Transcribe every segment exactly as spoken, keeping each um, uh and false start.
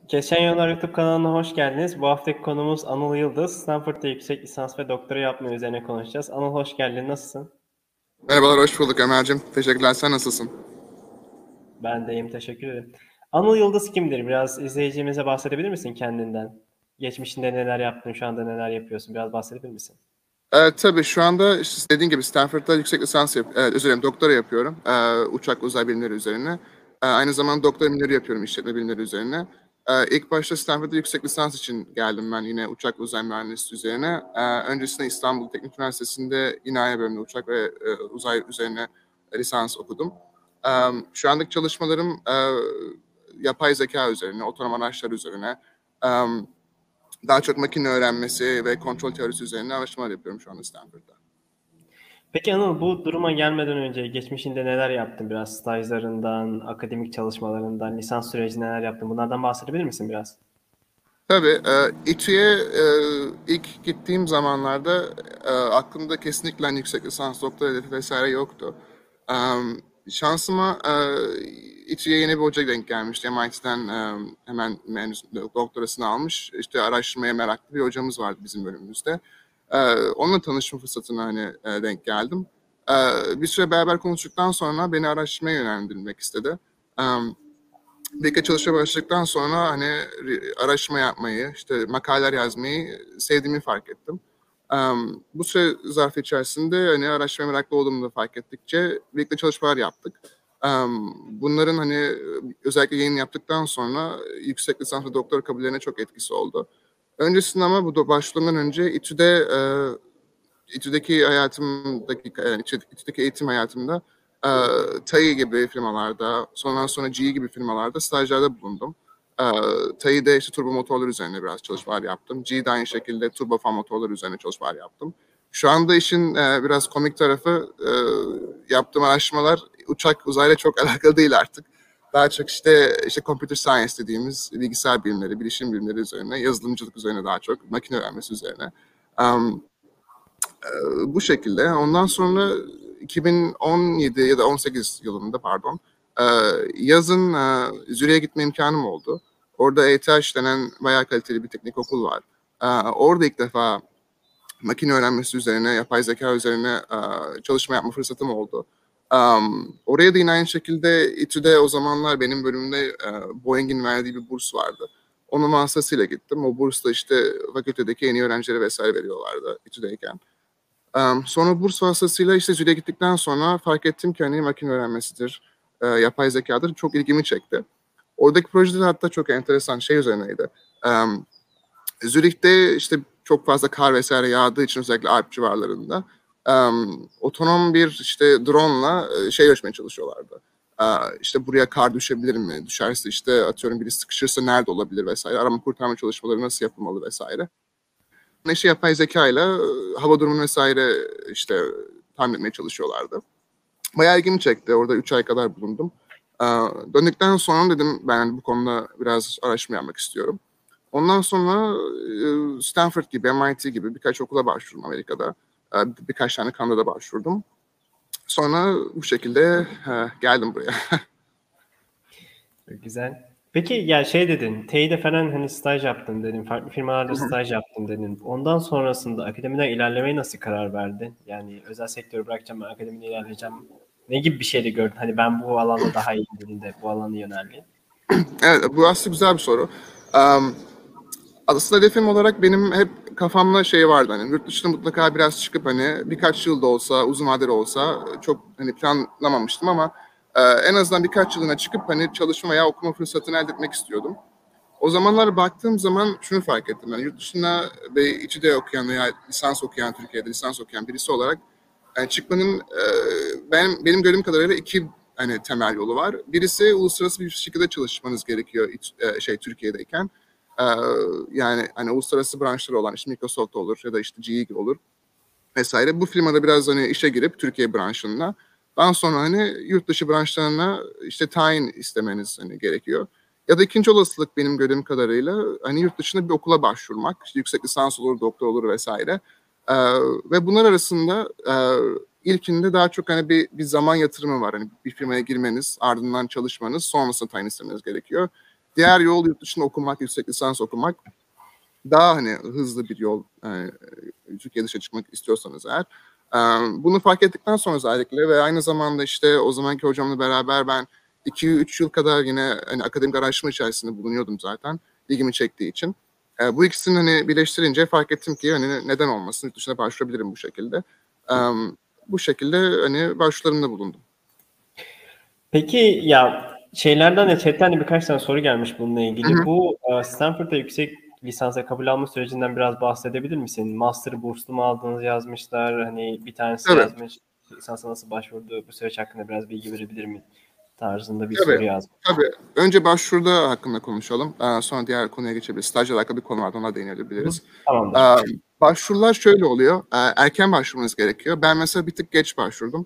Geçen Yollar YouTube kanalına hoş geldiniz. Bu haftaki konumuz Anıl Yıldız. Stanford'da yüksek lisans ve doktora yapma üzerine konuşacağız. Anıl hoş geldin. Nasılsın? Merhabalar, hoş bulduk Ömer'cim. Teşekkürler, sen nasılsın? Ben de iyiyim. Teşekkür ederim. Anıl Yıldız kimdir? Biraz izleyicimize bahsedebilir misin kendinden? Geçmişinde neler yaptın, şu anda neler yapıyorsun? Biraz bahsedebilir misin? Ee, tabii şu anda işte dediğin gibi Stanford'da yüksek lisans yap, evet, özür dilerim, doktora yapıyorum. Ee, uçak uzay bilimleri üzerine. Ee, aynı zamanda doktora bilimleri yapıyorum işletme bilimleri üzerine. Ee, ilk başta Stanford'da yüksek lisans için geldim ben yine uçak uzay mühendisliği üzerine. Ee, öncesinde İstanbul Teknik Üniversitesi'nde İNAYA bölümünde uçak ve e, uzay üzerine lisans okudum. Ee, şu andaki çalışmalarım e, yapay zeka üzerine, otonom araçlar üzerine. Ee, Daha çok makine öğrenmesi ve kontrol teorisi üzerine araştırmalar yapıyorum şu anda Stanford'da. Peki Anıl, bu duruma gelmeden önce geçmişinde neler yaptın? Biraz stajlarından, akademik çalışmalarından, lisans süreci neler yaptın? Bunlardan bahsedebilir misin biraz? Tabii, e, İTÜ'ye e, ilk gittiğim zamanlarda e, aklımda kesinlikle hani yüksek lisans, doktora hedefi vesaire yoktu. E, şansıma e, İTÜ'ye yeni bir hoca denk gelmişti. M I T'den e, hemen henüz doktorasını almış. İşte araştırmaya meraklı bir hocamız vardı bizim bölümümüzde. E, onunla tanışma fırsatına hani e, denk geldim. E, bir süre beraber konuştuktan sonra beni araştırmaya yönlendirmek istedi. E, Birlikte çalışmaya başladıktan sonra hani araştırma yapmayı, işte makaleler yazmayı sevdiğimi fark ettim. Um, bu süre zarfı içerisinde hani araştırmaya meraklı olduğumu da fark ettikçe birlikte çalışmalar yaptık. Um, bunların hani özellikle yayın yaptıktan sonra yüksek lisans ve doktora kabullerine çok etkisi oldu. Öncesinde ama bu başvurudan önce İTÜ'de e, İTÜ'deki hayatımdaki, yani İTÜ'deki eğitim hayatımda e, T A I gibi firmalarda, sonradan sonra G E gibi firmalarda stajlarda bulundum. E, T A I'de işte turbo motorlar üzerine biraz çalışmalar yaptım. G E'de aynı şekilde turbofan motorlar üzerine çalışmalar yaptım. Şu anda işin e, biraz komik tarafı e, yaptığım araştırmalar uçak uzayla çok alakalı değil artık. Daha çok işte işte computer science dediğimiz bilgisayar bilimleri, bilişim bilimleri üzerine, yazılımcılık üzerine daha çok, makine öğrenmesi üzerine. Um, Bu şekilde. Ondan sonra iki bin on yedi ya da on sekiz yılında pardon e, yazın e, Zürich'e gitme imkanım oldu. Orada E T H denen bayağı kaliteli bir teknik okul var. E, orada ilk defa makine öğrenmesi üzerine, yapay zeka üzerine e, çalışma yapma fırsatım oldu. Um, oraya da yine aynı şekilde İTÜ'de o zamanlar benim bölümümde e, Boeing'in verdiği bir burs vardı. Onun vasıtasıyla gittim. O bursla işte fakültedeki en iyi öğrencilere vesaire veriyorlardı İTÜ'deyken. Um, sonra burs vasıtasıyla işte Zürich'e gittikten sonra fark ettim ki hani makine öğrenmesidir, e, yapay zekadır çok ilgimi çekti. Oradaki projede hatta çok enteresan şey üzerineydi. Um, Zürih'te işte çok fazla kar vesaire yağdığı için özellikle Alp civarlarında um, otonom bir işte drone'la e, şey ölçmeye çalışıyorlardı. Uh, işte buraya kar düşebilir mi? Düşerse işte atıyorum biri sıkışırsa nerede olabilir vesaire. Arama kurtarma çalışmaları nasıl yapılmalı vesaire. İşte yapay zeka ile hava durumunu vesaire işte tahmin etmeye çalışıyorlardı. Bayağı ilgimi çekti. Orada üç ay kadar bulundum. Ee, döndükten sonra dedim ben bu konuda biraz araştırma yapmak istiyorum. Ondan sonra e, Stanford gibi, M I T gibi birkaç okula başvurdum Amerika'da. Ee, birkaç tane Kanada'da başvurdum. Sonra bu şekilde e, geldim buraya. Güzel. Peki ya şey dedin, T E D'de falan hani staj yaptın dedin, farklı firmalarda staj yaptın dedin. Ondan sonrasında akademiden ilerlemeye nasıl karar verdin? Yani özel sektörü bırakacağım, ben akademide ilerleyeceğim. Ne gibi bir şeyle gördün? Hani ben bu alanda daha iyiyim dedin de bu alana yöneldin. Evet, bu aslında güzel bir soru. Um, Aslında hedefim olarak benim hep kafamda şey vardı hani yurt dışına mutlaka biraz çıkıp hani birkaç yıl da olsa uzun vadeli olsa çok hani planlamamıştım ama e, en azından birkaç yılına çıkıp hani çalışma veya okuma fırsatını elde etmek istiyordum. O zamanlar baktığım zaman şunu fark ettim. Yani yurt dışında ve İTÜ'de okuyan veya lisans okuyan, Türkiye'de lisans okuyan birisi olarak yani çıkmanın e, ben benim gördüğüm kadarıyla iki hani temel yolu var. Birisi uluslararası bir şekilde çalışmanız gerekiyor e, şey Türkiye'deyken. E, Yani hani uluslararası branşları olan işte Microsoft olur ya da işte G E gibi olur vesaire. Bu firmada biraz hani işe girip Türkiye branşında daha sonra hani yurt dışı branşlarına işte tayin istemeniz hani gerekiyor. Ya da ikinci olasılık benim gördüğüm kadarıyla hani yurt dışında bir okula başvurmak. İşte yüksek lisans olur, doktor olur vesaire. Ee, ve bunlar arasında e, ilkinde daha çok hani bir, bir zaman yatırımı var. Hani bir firmaya girmeniz, ardından çalışmanız, sonrasında tayin istemeniz gerekiyor. Diğer yol yurt dışında okumak, yüksek lisans okumak. Daha hani hızlı bir yol, yani, Türkiye dışına çıkmak istiyorsanız eğer. Bunu fark ettikten sonra özellikle ve aynı zamanda işte o zamanki hocamla beraber ben iki üç yıl kadar yine hani akademik araştırma içerisinde bulunuyordum zaten, ilgimi çektiği için. Bu ikisini hani birleştirince fark ettim ki hani neden olmasın, yurt dışına başvurabilirim bu şekilde. Bu şekilde hani başvurularında bulundum. Peki ya şeylerden de chatten de birkaç tane soru gelmiş bununla ilgili. Hı hı. Bu Stanford'da yüksek lisansa kabul alma sürecinden biraz bahsedebilir misin? Master burslu mu aldınız yazmışlar. Hani bir tanesi evet. yazmış. Lisansa nasıl başvurdu? Bu süreç hakkında biraz bilgi verebilir mi? Tarzında bir tabii, soru yazmış. Tabii. Önce başvuruda hakkında konuşalım. Sonra diğer konuya geçebiliriz. Stajla alakalı bir konu vardı. Ona değinebiliriz. Tamamdır. Başvurular şöyle oluyor. Erken başvurmanız gerekiyor. Ben mesela bir tık geç başvurdum.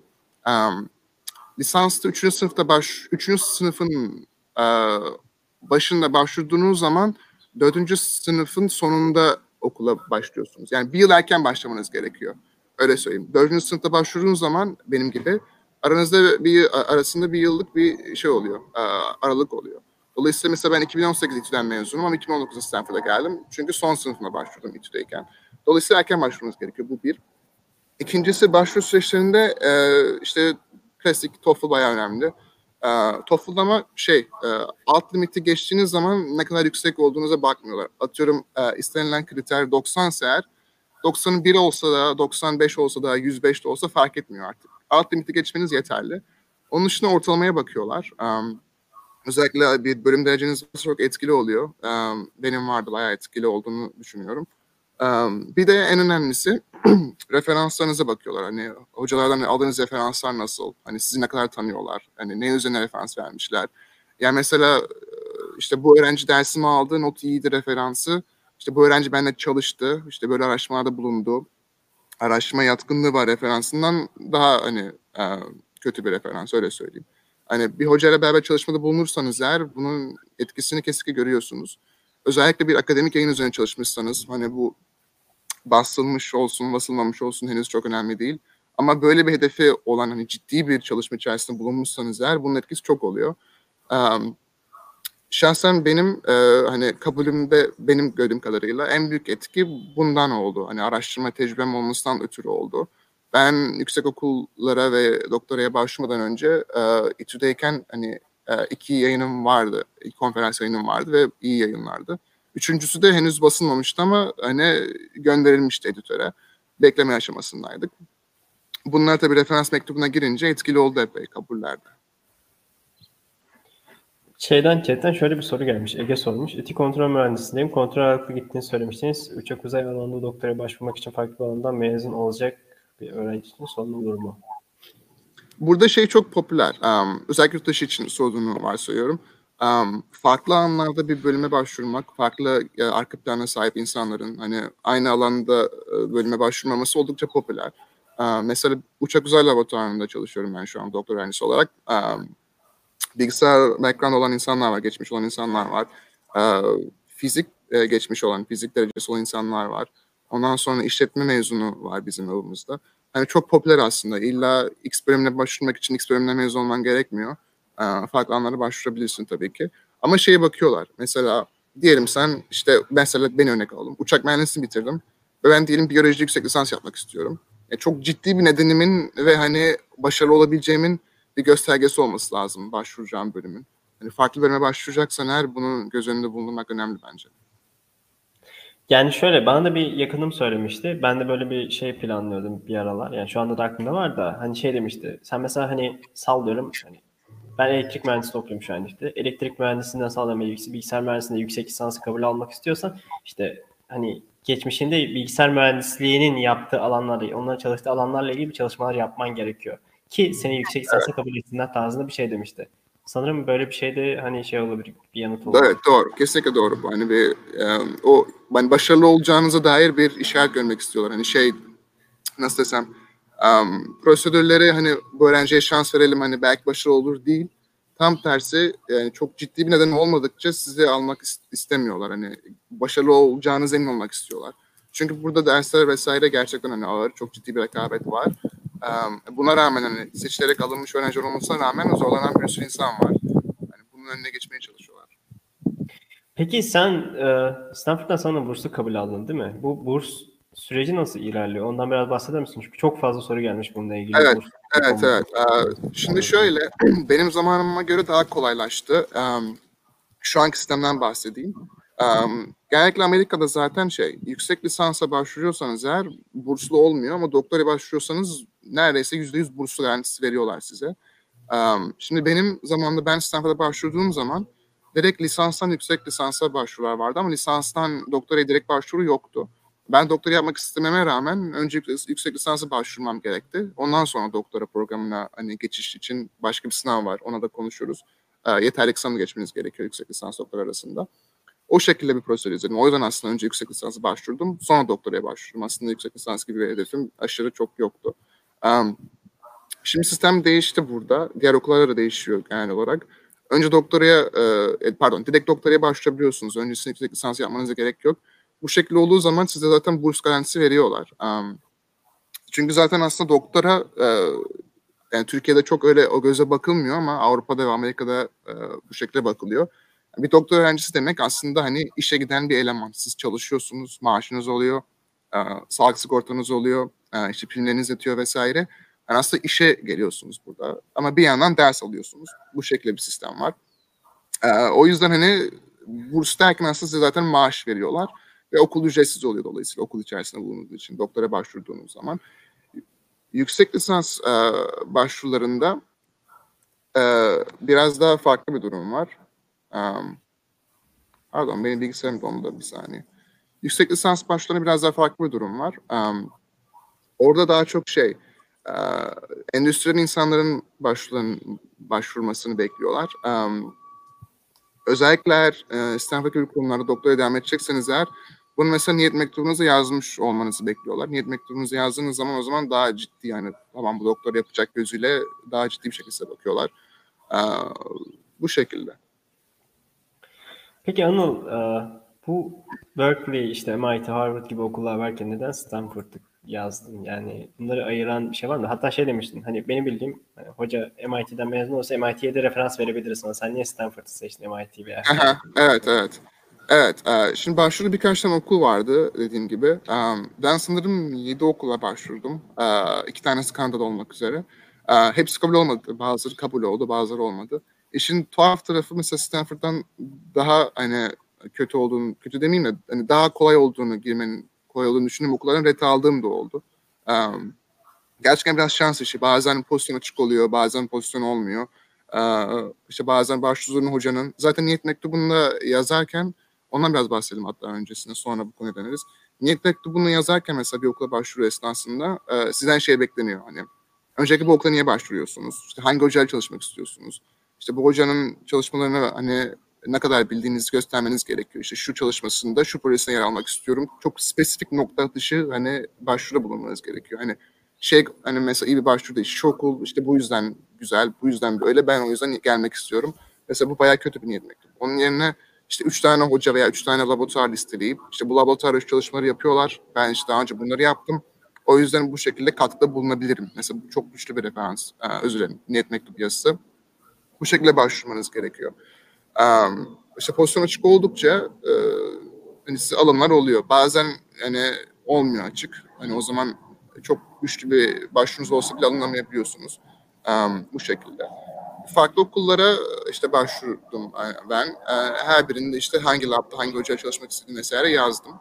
Lisansta üçüncü sınıfta baş, üçüncü sınıfın e, başında başvurduğunuz zaman dördüncü sınıfın sonunda okula başlıyorsunuz. Yani bir yıl erken başlamanız gerekiyor. Öyle söyleyeyim. Dördüncü sınıfta başvurduğunuz zaman benim gibi aranızda bir arasında bir yıllık bir şey oluyor. E, aralık oluyor. Dolayısıyla mesela ben iki bin on sekiz İTÜ'den mezunum ama iki bin on dokuzda Stanford'a geldim. Çünkü son sınıfına başvurdum İTÜ'deyken. Dolayısıyla erken başvurmanız gerekiyor. Bu bir. İkincisi başvuru süreçlerinde e, işte klasik TOEFL bayağı önemli. E, TOEFL'da ama şey e, alt limiti geçtiğiniz zaman ne kadar yüksek olduğunuza bakmıyorlar. Atıyorum e, istenilen kriter doksan ise eğer doksan bir olsa da doksan beş olsa da yüz beş de olsa fark etmiyor artık. Alt limiti geçmeniz yeterli. Onun dışında ortalamaya bakıyorlar. Um, özellikle bir bölüm dereceniz çok etkili oluyor. Um, benim vardı bayağı etkili olduğunu düşünüyorum. Um, bir de en önemlisi referanslarınıza bakıyorlar. Hani hocalardan aldığınız referanslar nasıl? Hani sizi ne kadar tanıyorlar? Hani ne üzerine referans vermişler? Yani mesela işte bu öğrenci dersimi aldı, not iyiydi referansı. İşte bu öğrenci benimle çalıştı. İşte böyle araştırmalarda bulundu. Araştırma yatkınlığı var referansından daha hani e, kötü bir referans, öyle söyleyeyim. Hani bir hocayla beraber çalışmada bulunursanız eğer bunun etkisini kesinlikle görüyorsunuz. Özellikle bir akademik yayın üzerine çalışmışsanız hani bu basılmış olsun, basılmamış olsun henüz çok önemli değil. Ama böyle bir hedefi olan hani ciddi bir çalışma içerisinde bulunmuşsanız eğer bunun etkisi çok oluyor. Um, şahsen benim e, hani kabulümde benim gördüğüm kadarıyla en büyük etki bundan oldu. Hani araştırma tecrübem olmasından ötürü oldu. Ben yüksek okullara ve doktoraya başlamadan önce e, İTÜ'deyken hani e, iki yayınım vardı, iki konferans yayınım vardı ve iyi yayınlardı. Üçüncüsü de henüz basılmamıştı ama hani gönderilmişti editöre. Bekleme aşamasındaydık. Bunlar tabii referans mektubuna girince etkili oldu epey kabullerde. Şeyden, chatten şöyle bir soru gelmiş. Ege sormuş. Etik kontrol mühendisliğindeyim. Kontrol ağırlıklı gittiğini söylemiştiniz. Uçak uzay alanında doktora başvurmak için farklı bir alandan mezun olacak bir öğrenci için sorun olur mu? Burada şey çok popüler. Um, özellikle yurt dışı için sorduğunu varsayıyorum. Um, farklı alanlarda bir bölüme başvurmak, farklı e, arka plana sahip insanların hani aynı alanda e, bölüme başvurmaması oldukça popüler. Um, mesela uçak uzay laboratuvarında çalışıyorum ben şu an doktor öğrencisi olarak. Um, bilgisayar background olan insanlar var, geçmiş olan insanlar var. Uh, fizik e, geçmiş olan, fizik derecesi olan insanlar var. Ondan sonra işletme mezunu var bizim alanımızda. Hani çok popüler aslında. İlla X bölümüne başvurmak için X bölümüne mezun olman gerekmiyor. Uh, farklı alanlara başvurabilirsin tabii ki. Ama şeye bakıyorlar. Mesela diyelim sen işte mesela beni örnek alalım. Uçak mühendisliğini bitirdim. Ve ben diyelim biyoloji yüksek lisans yapmak istiyorum. Yani çok ciddi bir nedenimin ve hani başarılı olabileceğimin bir göstergesi olması lazım başvuracağım bölümün. Hani farklı bölüme başvuracaksan eğer bunu göz önünde bulundurmak önemli bence. Yani şöyle, bana da bir yakınım söylemişti. Ben de böyle bir şey planlıyordum bir aralar. Yani şu anda da aklımda var da hani şey demişti. Sen mesela hani sallıyorum hani ben elektrik mühendisliği okuyorum şu an işte. Elektrik mühendisliğinden sallıyorum bilgisayar mühendisliğinde yüksek lisansı kabul almak istiyorsan işte hani geçmişinde bilgisayar mühendisliğinin yaptığı alanlarla, onların çalıştığı alanlarla ilgili bir çalışmalar yapman gerekiyor. Ki seni yüksek lisansa evet. kabul etsinler tarzında bir şey demişti. Sanırım böyle bir şey de hani şey olabilir, bir yanıt olabilir. Evet doğru, kesinlikle doğru. Hani bir um, o hani başarılı olacağınıza dair bir işaret görmek istiyorlar. Hani şey nasıl desem um, prosedürleri hani bu öğrenciye şans verelim hani belki başarılı olur değil. Tam tersi yani çok ciddi bir neden olmadıkça sizi almak istemiyorlar. Hani başarılı olacağınız emin olmak istiyorlar. Çünkü burada dersler vesaire gerçekten hani ağır, çok ciddi bir rekabet var. Um, buna rağmen hani seçilerek alınmış öğrenciler olmasına rağmen zorlanan bir sürü insan var. Hani bunun önüne geçmeye çalışıyorlar. Peki sen e, Stanford'dan sana burslu kabul aldın değil mi? Bu burs süreci nasıl ilerliyor? Ondan biraz bahseder misin? Çünkü çok fazla soru gelmiş bununla ilgili. Evet, Burs evet, evet. olması Ee, Şimdi şöyle, benim zamanıma göre daha kolaylaştı. Em, Şu anki sistemden bahsedeyim. Em, Genellikle Amerika'da zaten şey, yüksek lisansa başvuruyorsanız eğer burslu olmuyor ama doktora başvuruyorsanız neredeyse yüzde yüz burslu garantisi veriyorlar size. Em, Şimdi benim zamanımda ben Stanford'a başvurduğum zaman direkt lisanstan yüksek lisansa başvurular vardı ama lisanstan doktoraya direkt başvuru yoktu. Ben doktora yapmak istememe rağmen önce yüksek, yüksek lisansa başvurmam gerekti. Ondan sonra doktora programına hani geçiş için başka bir sınav var. Ona da konuşuruz. E, yeterli kısamı geçmeniz gerekiyor yüksek lisans doktora arasında. O şekilde bir prosedür izledim. O yüzden aslında önce yüksek lisansa başvurdum. Sonra doktoraya başvurdum. Aslında yüksek lisans gibi bir hedefim aşırı çok yoktu. Um, Şimdi sistem değişti burada. Diğer okullara da değişiyor genel olarak. Önce doktoraya, e, pardon, direkt doktoraya başvurabiliyorsunuz. Öncesinde yüksek lisans yapmanıza gerek yok. Bu şekilde olduğu zaman size zaten burs garantisi veriyorlar. Um, çünkü zaten aslında doktora, e, yani Türkiye'de çok öyle o göze bakılmıyor ama Avrupa'da ve Amerika'da e, bu şekilde bakılıyor. Bir doktor öğrencisi demek aslında hani işe giden bir eleman. Siz çalışıyorsunuz, maaşınız oluyor, e, sağlık sigortanız oluyor, e, işte primleriniz yatıyor vesaire. Yani aslında işe geliyorsunuz burada ama bir yandan ders alıyorsunuz. Bu şekilde bir sistem var. E, o yüzden hani burs derken aslında size zaten maaş veriyorlar ve okul ücretsiz oluyor dolayısıyla okul içerisinde bulunduğunuz için doktora başvurduğunuz zaman. Yüksek lisans e, başvurularında e, biraz daha farklı bir durum var. Um, pardon, benim bilgisayarım dondu bir saniye. Yüksek lisans başvurularında biraz daha farklı bir durum var. Um, orada daha çok şey, e, endüstriden insanların başvuruların, başvurmasını bekliyorlar. Um, özellikle eğer e, Stanford gibi kurumlarda doktora devam edecekseniz eğer, bunu mesela niyet mektubunuza yazmış olmanızı bekliyorlar. Niyet mektubunuzu yazdığınız zaman o zaman daha ciddi, yani tamam bu doktor yapacak gözüyle daha ciddi bir şekilde bakıyorlar. Uh, bu şekilde. Peki Anıl, e, bu Berkeley, işte M I T, Harvard gibi okullar varken neden Stanford'ı yazdın? Yani bunları ayıran bir şey var mı? Hatta şey demiştin, hani benim bildiğim hani hoca M I T'den mezun olsa M I T'ye de referans verebiliriz ama sen niye Stanford'ı seçtin M I T veya Aha, Harvard? evet, evet. Evet, e, şimdi başvuru birkaç tane okul vardı dediğim gibi. E, ben sanırım yedi okula başvurdum. E, iki tanesi Kanada'da olmak üzere. E, hepsi kabul olmadı. Bazıları kabul oldu, bazıları olmadı. İşin tuhaf tarafı mesela Stanford'dan daha hani kötü olduğunu, kötü demeyeyim de hani daha kolay olduğunu, girmenin kolay olduğunu düşündüğüm okulların ret aldığım da oldu. E, gerçekten biraz şans işi. Bazen pozisyon açık oluyor, bazen pozisyon olmuyor. Ee, işte bazen başvurduğun hocanın zaten niyet mektubunu da yazarken ondan biraz bahsedelim hatta öncesinde, sonra bu konuya döneriz. Niyet mektubunu yazarken mesela bir okula başvuru esnasında e, sizden şey bekleniyor hani. Öncelikle bu okula niye başvuruyorsunuz? İşte hangi hocayla çalışmak istiyorsunuz? İşte bu hocanın çalışmalarını hani ne kadar bildiğinizi göstermeniz gerekiyor. İşte şu çalışmasında şu projesine yer almak istiyorum. Çok spesifik nokta atışı hani başvuruda bulunmanız gerekiyor. Hani şey, hani mesela iyi bir başvuru değil. Şu okul işte bu yüzden güzel, bu yüzden böyle. Ben o yüzden gelmek istiyorum. Mesela bu bayağı kötü bir niyet mektubu. Onun yerine işte üç tane hoca veya üç tane laboratuvar listeleyip işte bu laboratuvar çalışmaları yapıyorlar. Ben işte daha önce bunları yaptım. O yüzden bu şekilde katkıda bulunabilirim. Mesela bu çok güçlü bir referans. Ee, özür dilerim. Niyet mektubu yazısı. Bu şekilde başvurmanız gerekiyor. Um, işte pozisyon açık oldukça e, hani size alımlar oluyor. Bazen hani olmuyor açık. Hani o zaman çok güçlü bir başvurunuz olsa bile alınamayabiliyorsunuz. Um, bu şekilde. Farklı okullara işte başvurdum ben. E, her birinde işte hangi labda, hangi hocayla çalışmak istediğim vesaire yazdım.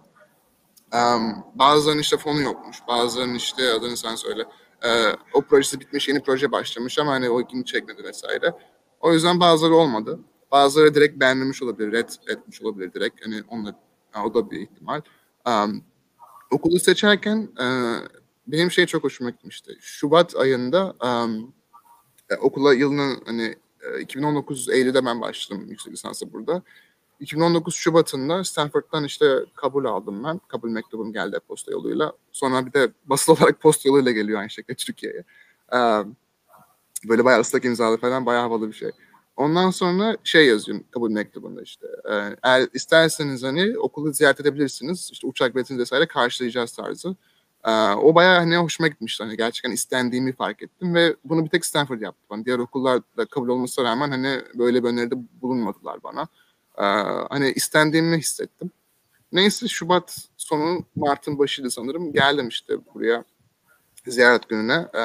Um, bazılarının işte fonu yokmuş, bazılarının işte adını sen söyle. E, o projesi bitmiş, yeni proje başlamış ama hani o ilgimi çekmedi vesaire. O yüzden bazıları olmadı. Bazıları direkt beğenmemiş olabilir, red etmiş olabilir direkt. Hani onunla, o da bir ihtimal. Um, okulu seçerken e, benim şey çok hoşuma gitmişti. Şubat ayında um, e, okula yılının hani e, iki bin on dokuz Eylül'de ben başladım yüksek lisansa burada. iki bin on dokuz Şubat'ında Stanford'dan işte kabul aldım ben. Kabul mektubum geldi posta yoluyla. Sonra bir de basılı olarak posta yoluyla geliyor aynı şekilde Türkiye'ye. Ee, böyle bayağı ıslak imzalı falan, bayağı havalı bir şey. Ondan sonra şey yazıyorum kabul mektubunda işte. E, eğer isterseniz hani okulu ziyaret edebilirsiniz. İşte uçak biletiniz vesaire karşılayacağız tarzı. E, o bayağı hani hoşuma gitmişti. Hani gerçekten istendiğimi fark ettim ve bunu bir tek Stanford yaptı bana. Diğer okullar da kabul olmasına rağmen hani böyle bir öneride bulunmadılar bana. Ee, hani istendiğimi hissettim. Neyse Şubat sonu Mart'ın başıydı sanırım. Geldim işte buraya ziyaret gününe. Ee,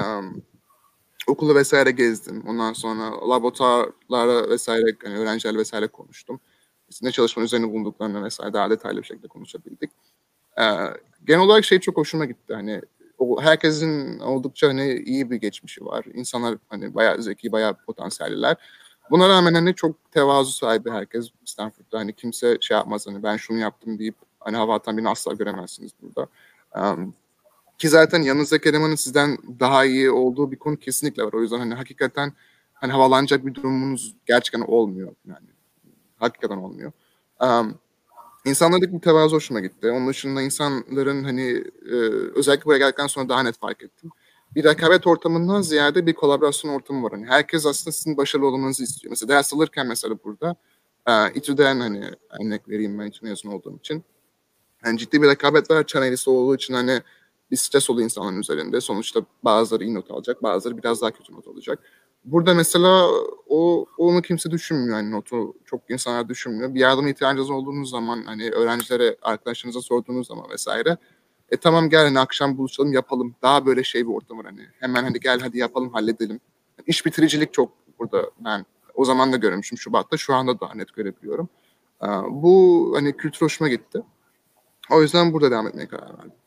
okulu vesaire gezdim. Ondan sonra laboratuvarlara vesaire hani öğrencilerle vesaire konuştum. İşte ne çalışma üzerine bulunduklarını vesaire daha detaylı bir şekilde konuşabildik. Ee, genel olarak şey çok hoşuma gitti. Hani o, herkesin oldukça hani iyi bir geçmişi var. İnsanlar hani bayağı zeki, bayağı potansiyelliler. Buna rağmen hani çok tevazu sahibi herkes Stanford'da. Hani kimse şey yapmaz hani ben şunu yaptım deyip hani hava atan birini asla göremezsiniz burada. Um, ki zaten yanınızdaki elemanın sizden daha iyi olduğu bir konu kesinlikle var. O yüzden hani hakikaten hani havalanacak bir durumunuz gerçekten olmuyor. Yani hakikaten olmuyor. Um, İnsanlardaki bir tevazu hoşuma gitti. Onun dışında insanların hani e, özellikle buraya geldikten sonra daha net fark ettim. Bir rekabet ortamından ziyade bir kolaborasyon ortamı var. Hani herkes aslında sizin başarılı olmanızı istiyor. Mesela ders alırken mesela burada e, İTÜ'den hani örnek vereyim ben İTÜ mezunu olduğum için. Yani ciddi bir rekabet var. Çan eğrisi olduğu için hani bir stres oluyor insanların üzerinde. Sonuçta bazıları iyi not alacak, bazıları biraz daha kötü not alacak. Burada mesela o onu kimse düşünmüyor. Yani notu çok insanlar düşünmüyor. Bir yardıma ihtiyacınız olduğunuz zaman hani öğrencilere, arkadaşlarınıza sorduğunuz zaman vesaire e tamam gel hani akşam buluşalım yapalım. Daha böyle şey bir ortam var hani. Hemen hadi gel hadi yapalım halledelim. İş bitiricilik çok burada ben o zaman da görmüşüm Şubat'ta. Şu anda daha net görebiliyorum. Bu hani kültür hoşuma gitti. O yüzden burada devam etmeye karar verdim.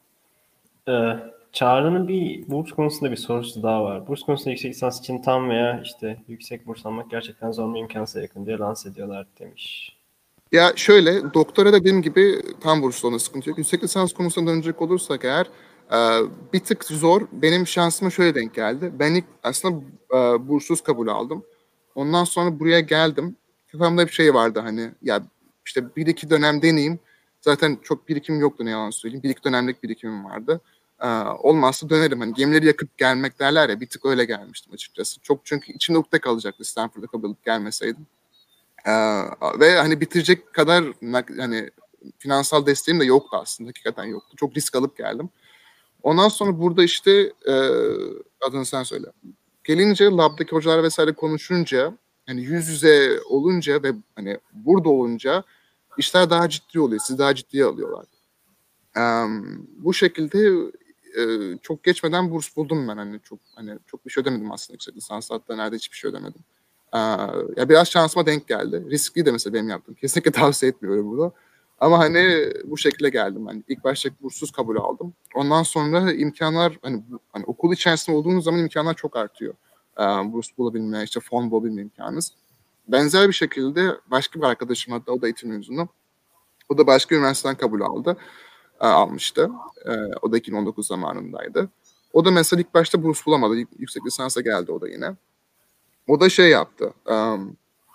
Ee, Çağrı'nın bir burs konusunda bir sorusu daha var. Burs konusunda yüksek lisans için tam veya işte yüksek burs almak gerçekten zor mu imkansıza yakın diye lanse ediyorlar demiş. Ya şöyle, doktora da dediğim gibi tam burslu olma sıkıntı yok. Yüksek lisans konusuna dönecek olursak eğer e, bir tık zor. Benim şansıma şöyle denk geldi. Ben ilk aslında e, burssuz kabul aldım. Ondan sonra buraya geldim. Kafamda bir şey vardı hani ya işte bir iki dönem deneyeyim. Zaten çok birikim yoktu ne yalan söyleyeyim. Bir iki dönemlik birikimim vardı. E, olmazsa dönerim. Hani gemileri yakıp gelmek derler ya bir tık öyle gelmiştim açıkçası. Çok çünkü içimde ukde kalacaktı Stanford'a kabul alıp gelmeseydim. Ee, ve hani bitirecek kadar hani finansal desteğim de yoktu aslında. Hakikaten yoktu. Çok risk alıp geldim. Ondan sonra burada işte e, adını sen söyle. Gelince labdaki hocalar vesaire konuşunca hani yüz yüze olunca ve hani burada olunca işler daha ciddi oluyor. Sizi daha ciddiye alıyorlar. Ee, bu şekilde e, çok geçmeden burs buldum ben hani çok hani çok bir şey ödemedim aslında yüksek lisans hatta nerede hiçbir şey ödemedim. Ee, ya biraz şansıma denk geldi. Riskli de mesela benim yaptığım. Kesinlikle tavsiye etmiyorum bunu. Ama hani bu şekilde geldim. Hani ilk başta burssuz kabul aldım. Ondan sonra imkanlar hani, hani okul içerisinde olduğunuz zaman imkanlar çok artıyor. Ee, burs bulabilme, işte fon bulabilme imkanınız. Benzer bir şekilde başka bir arkadaşım hatta o da eğitim mezunu. O da başka üniversiteden kabul aldı. E, almıştı. E, o da iki bin on dokuz zamanındaydı. O da mesela ilk başta burs bulamadı. Yüksek lisansa geldi o da yine. O da şey yaptı. Um,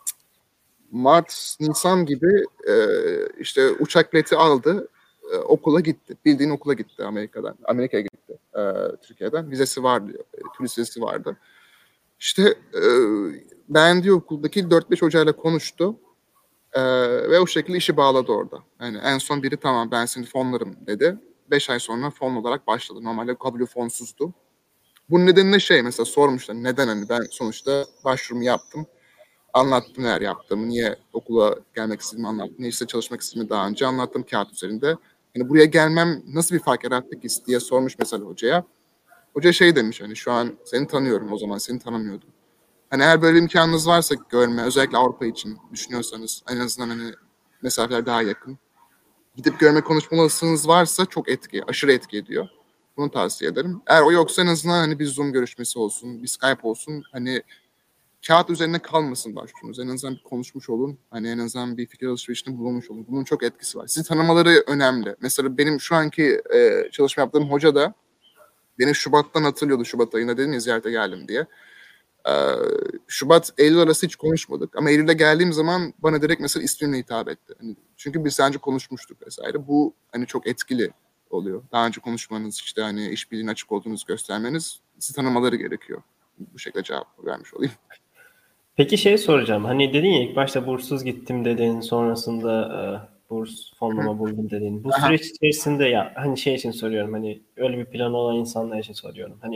Mart, Nisan gibi e, işte uçak bileti aldı. E, okula gitti. Bildiğin okula gitti Amerika'dan. Amerika'ya gitti. E, Türkiye'den. Vizesi vardı. E, turist vizesi vardı. İşte e, beğendiği okuldaki dört beş hocayla konuştu. Ee, ve o şekilde işi bağladı orada. Yani en son biri tamam ben seni fonlarım dedi. Beş ay sonra fon olarak başladı. Normalde kabulü fonsuzdu. Bunun nedeni ne şey mesela sormuşlar. Neden hani ben sonuçta başvurumu yaptım. Anlattım neler yaptığımı. Niye okula gelmek istediğimi anlattım. Ne işte çalışmak istediğimi daha önce anlattım kağıt üzerinde. Hani buraya gelmem nasıl bir fark yarattı ki diye sormuş mesela hocaya. Hoca şey demiş hani şu an seni tanıyorum o zaman seni tanımıyordum. Hani eğer böyle imkanınız varsa görme, özellikle Avrupa için düşünüyorsanız en azından hani mesafeler daha yakın. Gidip görme konuşma olasılığınız varsa çok etki, aşırı etki ediyor. Bunu tavsiye ederim. Eğer o yoksa en azından hani bir Zoom görüşmesi olsun, bir Skype olsun. Hani kağıt üzerine kalmasın başvurunuz. En azından bir konuşmuş olun. Hani en azından bir fikir alışverişinde bulunmuş olun. Bunun çok etkisi var. Sizi tanımaları önemli. Mesela benim şu anki e, çalışma yaptığım hoca da beni Şubat'tan hatırlıyordu. Şubat ayında dedim ya ziyarete geldim diye. Ee, Şubat, Eylül arası hiç konuşmadık. Ama Eylül'de geldiğim zaman bana direkt mesela ismimle hitap etti. Hani çünkü biz önce konuşmuştuk vesaire. Bu hani çok etkili oluyor. Daha önce konuşmanız işte hani işbirliğine açık olduğunuzu göstermeniz sizi tanımaları gerekiyor. Bu şekilde cevap vermiş olayım. Peki şey soracağım. Hani dedin ya ilk başta burssuz gittim dedin. Sonrasında e, burs fonlama buldum dedin. Bu Aha. süreç içerisinde ya hani şey için soruyorum. Hani öyle bir planı olan insanlar için soruyorum. Hani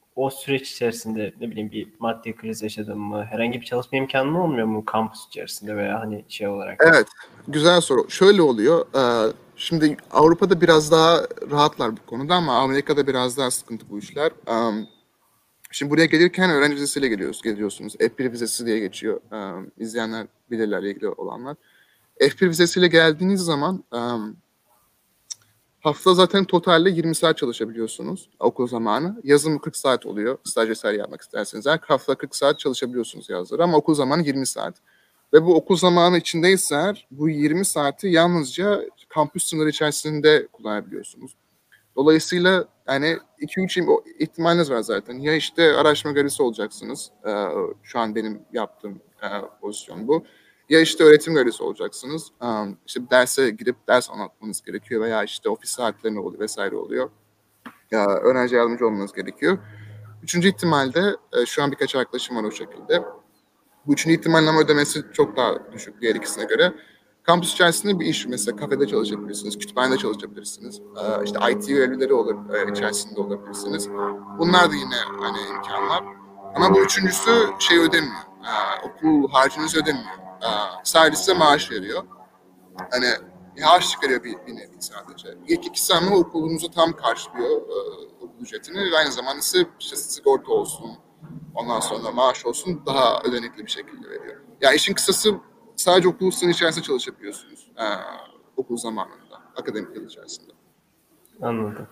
o süreç içerisinde ne bileyim bir maddi kriz yaşadın mı? Herhangi bir çalışma imkanın olmuyor mu kampüs içerisinde veya hani şey olarak? Evet, güzel soru. Şöyle oluyor. e, Şimdi Avrupa'da biraz daha rahatlar bu konuda ama Amerika'da biraz daha sıkıntı bu işler. Am, Şimdi buraya gelirken öğrenci vizesiyle geliyoruz, geliyorsunuz. F bir vizesi diye geçiyor. Am, İzleyenler bilirler, ilgili olanlar. F bir vizesiyle geldiğiniz zaman am, hafta zaten totalde yirmi saat çalışabiliyorsunuz okul zamanı. Yazın kırk saat oluyor. Staj vesaire yapmak isterseniz. Her hafta kırk saat çalışabiliyorsunuz yazları ama okul zamanı yirmi saat. Ve bu okul zamanı içindeyse eğer bu yirmi saati yalnızca kampüs sınırları içerisinde kullanabiliyorsunuz. Dolayısıyla yani iki üç ihtimaliniz var zaten. Ya işte araştırma görevlisi olacaksınız. Ee, şu an benim yaptığım e, pozisyon bu. Ya işte öğretim görevlisi olacaksınız. Um, işte derse girip ders anlatmanız gerekiyor veya işte ofis saatlerinde oluyor vesaire oluyor. Ya, öğrenci yardımcı olmanız gerekiyor. Üçüncü ihtimalde e, şu an birkaç arkadaşım var o şekilde. Bu üçüncü ihtimalin ama ödemesi çok daha düşük diğer ikisine göre. Kampüs içerisinde bir iş, mesela kafede çalışabilirsiniz, kütüphanede çalışabilirsiniz. Ee, işte I T görevlileri olur, e, içerisinde olabilirsiniz. Bunlar da yine hani imkanlar. Ama bu üçüncüsü şey ödemiyor. Ee, okul harcınızı ödemiyor. Ee, sadece size maaş veriyor. Hani bir harçlık veriyor bir, bir nevi sadece. İlk ikisi ama okulunuzu tam karşılıyor, e, okul ücretini. Ve aynı zamanda size işte sigorta olsun, ondan sonra maaş olsun daha ödenekli bir şekilde veriyor. Ya işin kısası sadece okul sınır içerisinde çalışabiliyorsunuz. Ee, okul zamanında, akademik yıl içerisinde. Anladım.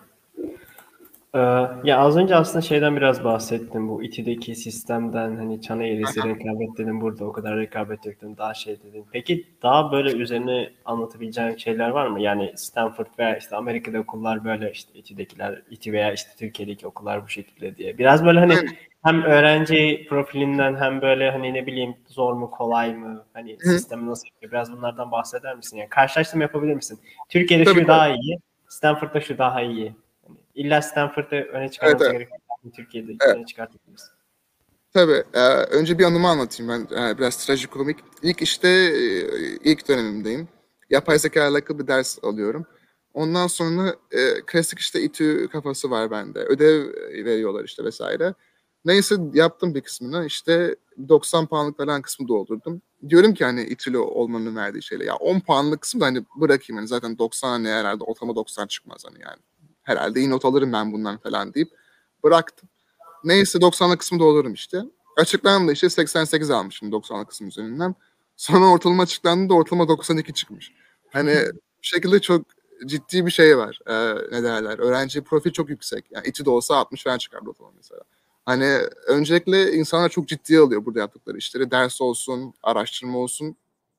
Ee, ya az önce aslında şeyden biraz bahsettim. Bu İTÜ'deki sistemden hani çana eğrisi rekabet dedim. Burada o kadar rekabet yok dedim. Daha şey dedim. Peki daha böyle üzerine anlatabileceğin şeyler var mı? Yani Stanford veya işte Amerika'da okullar böyle işte İTÜ'dekiler, İTÜ veya işte Türkiye'deki okullar bu şekilde diye. Biraz böyle hani Yani, hem öğrenci profilinden hem böyle hani ne bileyim zor mu kolay mı? Hani hı, sistemi nasıl yapıyor? Biraz bunlardan bahseder misin? Yani karşılaştırma yapabilir misin? Türkiye'de tabii şu tabii. daha iyi. Stanford'da şu daha iyi. Yani illa Stanford'ı öne Evet, çıkarmamıza evet. gerek yok. Türkiye'de Evet. öne çıkartabiliriz. Tabii. Ee, önce bir anımı anlatayım ben. Ee, biraz trajikomik. İlk işte e, ilk dönemimdeyim. Yapay zeka ile alakalı bir ders alıyorum. Ondan sonra e, klasik işte İTÜ kafası var bende. Ödev veriyorlar işte vesaire. Neyse yaptım bir kısmını. İşte doksan puanlık falan kısmı doldurdum. Diyorum ki hani İTÜ'lü olmanın verdiği şeyle. Ya on puanlık kısmı da hani bırakayım. Hani zaten doksan hani herhalde ortalama doksan çıkmaz hani yani. Herhalde iyi not alırım ben bundan falan deyip bıraktım. Neyse doksanlık kısmı doldururum işte. Açıklandı işte seksen sekiz almışım doksanlık kısım üzerinden. Sonra ortalama açıklandı da ortalama doksan iki çıkmış. Hani bu şekilde çok ciddi bir şey var. Ee, ne derler? Öğrenci profil çok yüksek. Yani içi de olsa altmış falan çıkardı ortalama mesela. Hani öncelikle insanlar çok ciddiye alıyor burada yaptıkları işleri. Ders olsun, araştırma olsun.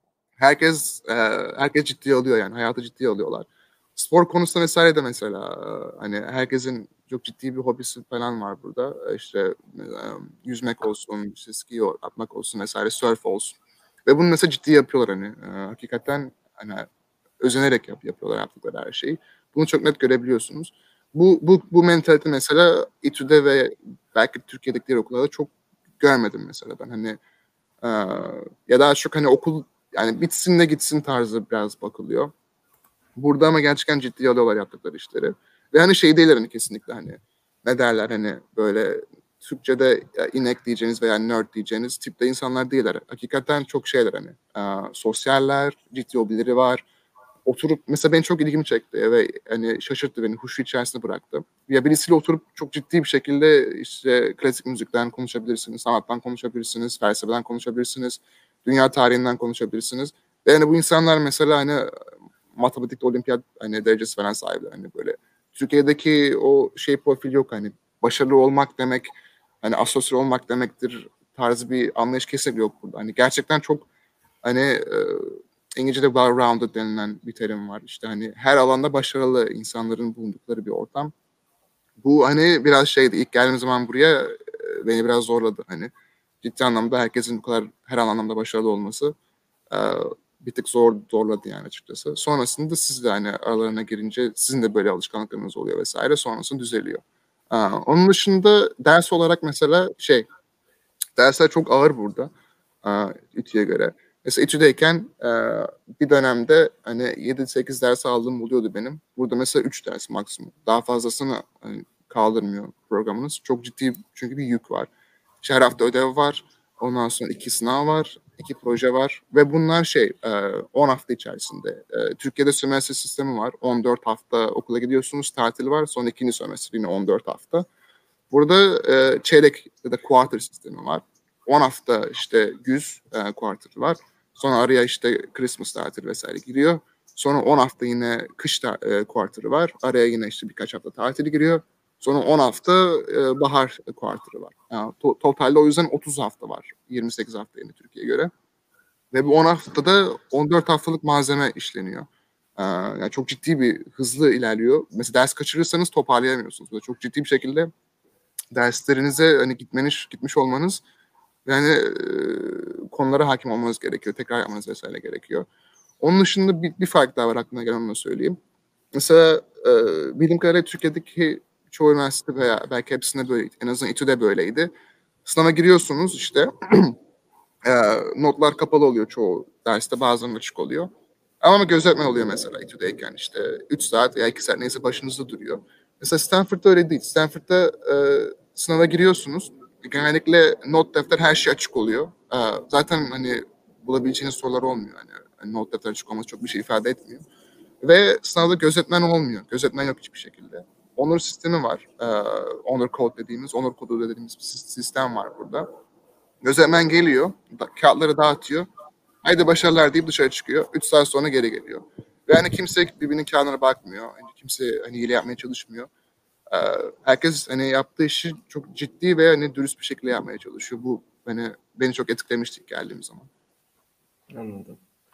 Herkes e, herkes ciddiye alıyor yani. Hayatı ciddiye alıyorlar. Spor konusunda vesaire de mesela e, hani herkesin çok ciddi bir hobisi falan var burada. E, İşte e, yüzmek olsun, işte ski atmak olsun vesaire, surf olsun. Ve bunu mesela ciddi yapıyorlar hani. E, hakikaten hani özenerek yap, yapıyorlar yaptıkları her şeyi. Bunu çok net görebiliyorsunuz. Bu bu bu mentalite mesela İTÜ'de ve belki Türkiye'deki diğer okullarda çok görmedim mesela ben. Hani ee, ya daha çok hani okul yani bitsin de gitsin tarzı biraz bakılıyor. Burada ama gerçekten ciddiye alıyorlar yaptıkları işleri. Ve hani şey değiller hani kesinlikle hani ne derler hani böyle Türkçe'de ya, inek diyeceğiniz veya nerd diyeceğiniz tipte insanlar değiller. Hakikaten çok şeyler hani e, sosyaller, ciddi hobileri var, oturup mesela benim çok ilgimi çekti ve hani şaşırttı beni, huşu içerisinde bıraktı. Ya birisiyle oturup çok ciddi bir şekilde işte klasik müzikten konuşabilirsiniz, sanattan konuşabilirsiniz, felsefeden konuşabilirsiniz, dünya tarihinden konuşabilirsiniz. Ve hani bu insanlar mesela hani matematikte olimpiyat hani derecesi falan sahipler. Hani böyle Türkiye'deki o şey profil yok hani başarılı olmak demek hani asosyal olmak demektir tarzı bir anlayış kesinlikle yok burada. Hani gerçekten çok hani e, İngilizce'de well-rounded denilen bir terim var. İşte hani her alanda başarılı insanların bulundukları bir ortam. Bu hani biraz şeydi. İlk geldiğim zaman buraya e, beni biraz zorladı. Hani ciddi anlamda herkesin bu kadar her anlamda başarılı olması e, bir tık zor zorladı yani açıkçası. Sonrasında siz de hani aralarına girince sizin de böyle alışkanlıklarınız oluyor vesaire. Sonrasında düzeliyor. E, onun dışında ders olarak mesela şey dersler çok ağır burada e, İTÜ'ye göre. Mesela İTÜ'deyken e, bir dönemde hani yedi sekiz ders aldığım oluyordu benim. Burada mesela üç ders maksimum. Daha fazlasını hani kaldırmıyor programınız. Çok ciddi çünkü bir yük var. İşte her hafta ödev var. Ondan sonra iki sınav var, iki proje var ve bunlar şey on hafta içerisinde. Türkiye'de sömestr sistemi var. on dört hafta okula gidiyorsunuz, tatil var. Sonra ikinci sömestr yine on dört hafta. Burada çeyrek ya da quarter sistemi var. on hafta işte yüz quarter var. Sonra araya işte Christmas tatili vesaire giriyor. Sonra on hafta yine kış ta- quarter'ı var. Araya yine işte birkaç hafta tatili giriyor. Sonra on hafta e, bahar quarter'ı var. Yani to- totalde o yüzden otuz hafta var. yirmi sekiz hafta yine Türkiye'ye göre. Ve bu on haftada on dört haftalık malzeme işleniyor. Ee, yani çok ciddi bir hızlı ilerliyor. Mesela ders kaçırırsanız toparlayamıyorsunuz. Böyle çok ciddi bir şekilde derslerinize hani gitmeniz, gitmiş olmanız yani e, konulara hakim olmanız gerekiyor. Tekrar yapmanız vesaire gerekiyor. Onun dışında bir, bir fark daha var aklıma gelen, onu da söyleyeyim. Mesela e, bildiğim kadarıyla Türkiye'deki çoğu üniversite veya belki hepsinde böyleydi. En azından İTÜ'de böyleydi. Sınava giriyorsunuz işte. e, notlar kapalı oluyor çoğu derste. Bazılarının açık oluyor. Ama gözetmen oluyor mesela İTÜ'deyken işte üç saat veya iki saat neyse başınızda duruyor. Mesela Stanford'da öyle değil. Stanford'da e, sınava giriyorsunuz. Genellikle not defter her şey açık oluyor. E, zaten hani bulabileceğiniz sorular olmuyor. Hani, hani not defter açık olması çok bir şey ifade etmiyor. Ve sınavda gözetmen olmuyor. Gözetmen yok hiçbir şekilde. Honor sistemi var. Ee, honor code dediğimiz, honor kodu dediğimiz bir sistem var burada. Gözetmen geliyor, da, kağıtları dağıtıyor. Haydi başarılar deyip dışarı çıkıyor. Üç saat sonra geri geliyor. Ve hani kimse birbirinin kağıdına bakmıyor. Yani kimse hani hile yapmaya çalışmıyor. Ee, herkes hani yaptığı işi çok ciddi ve hani dürüst bir şekilde yapmaya çalışıyor. Bu hani beni çok etkilemişti geldiğim zaman. Anladım.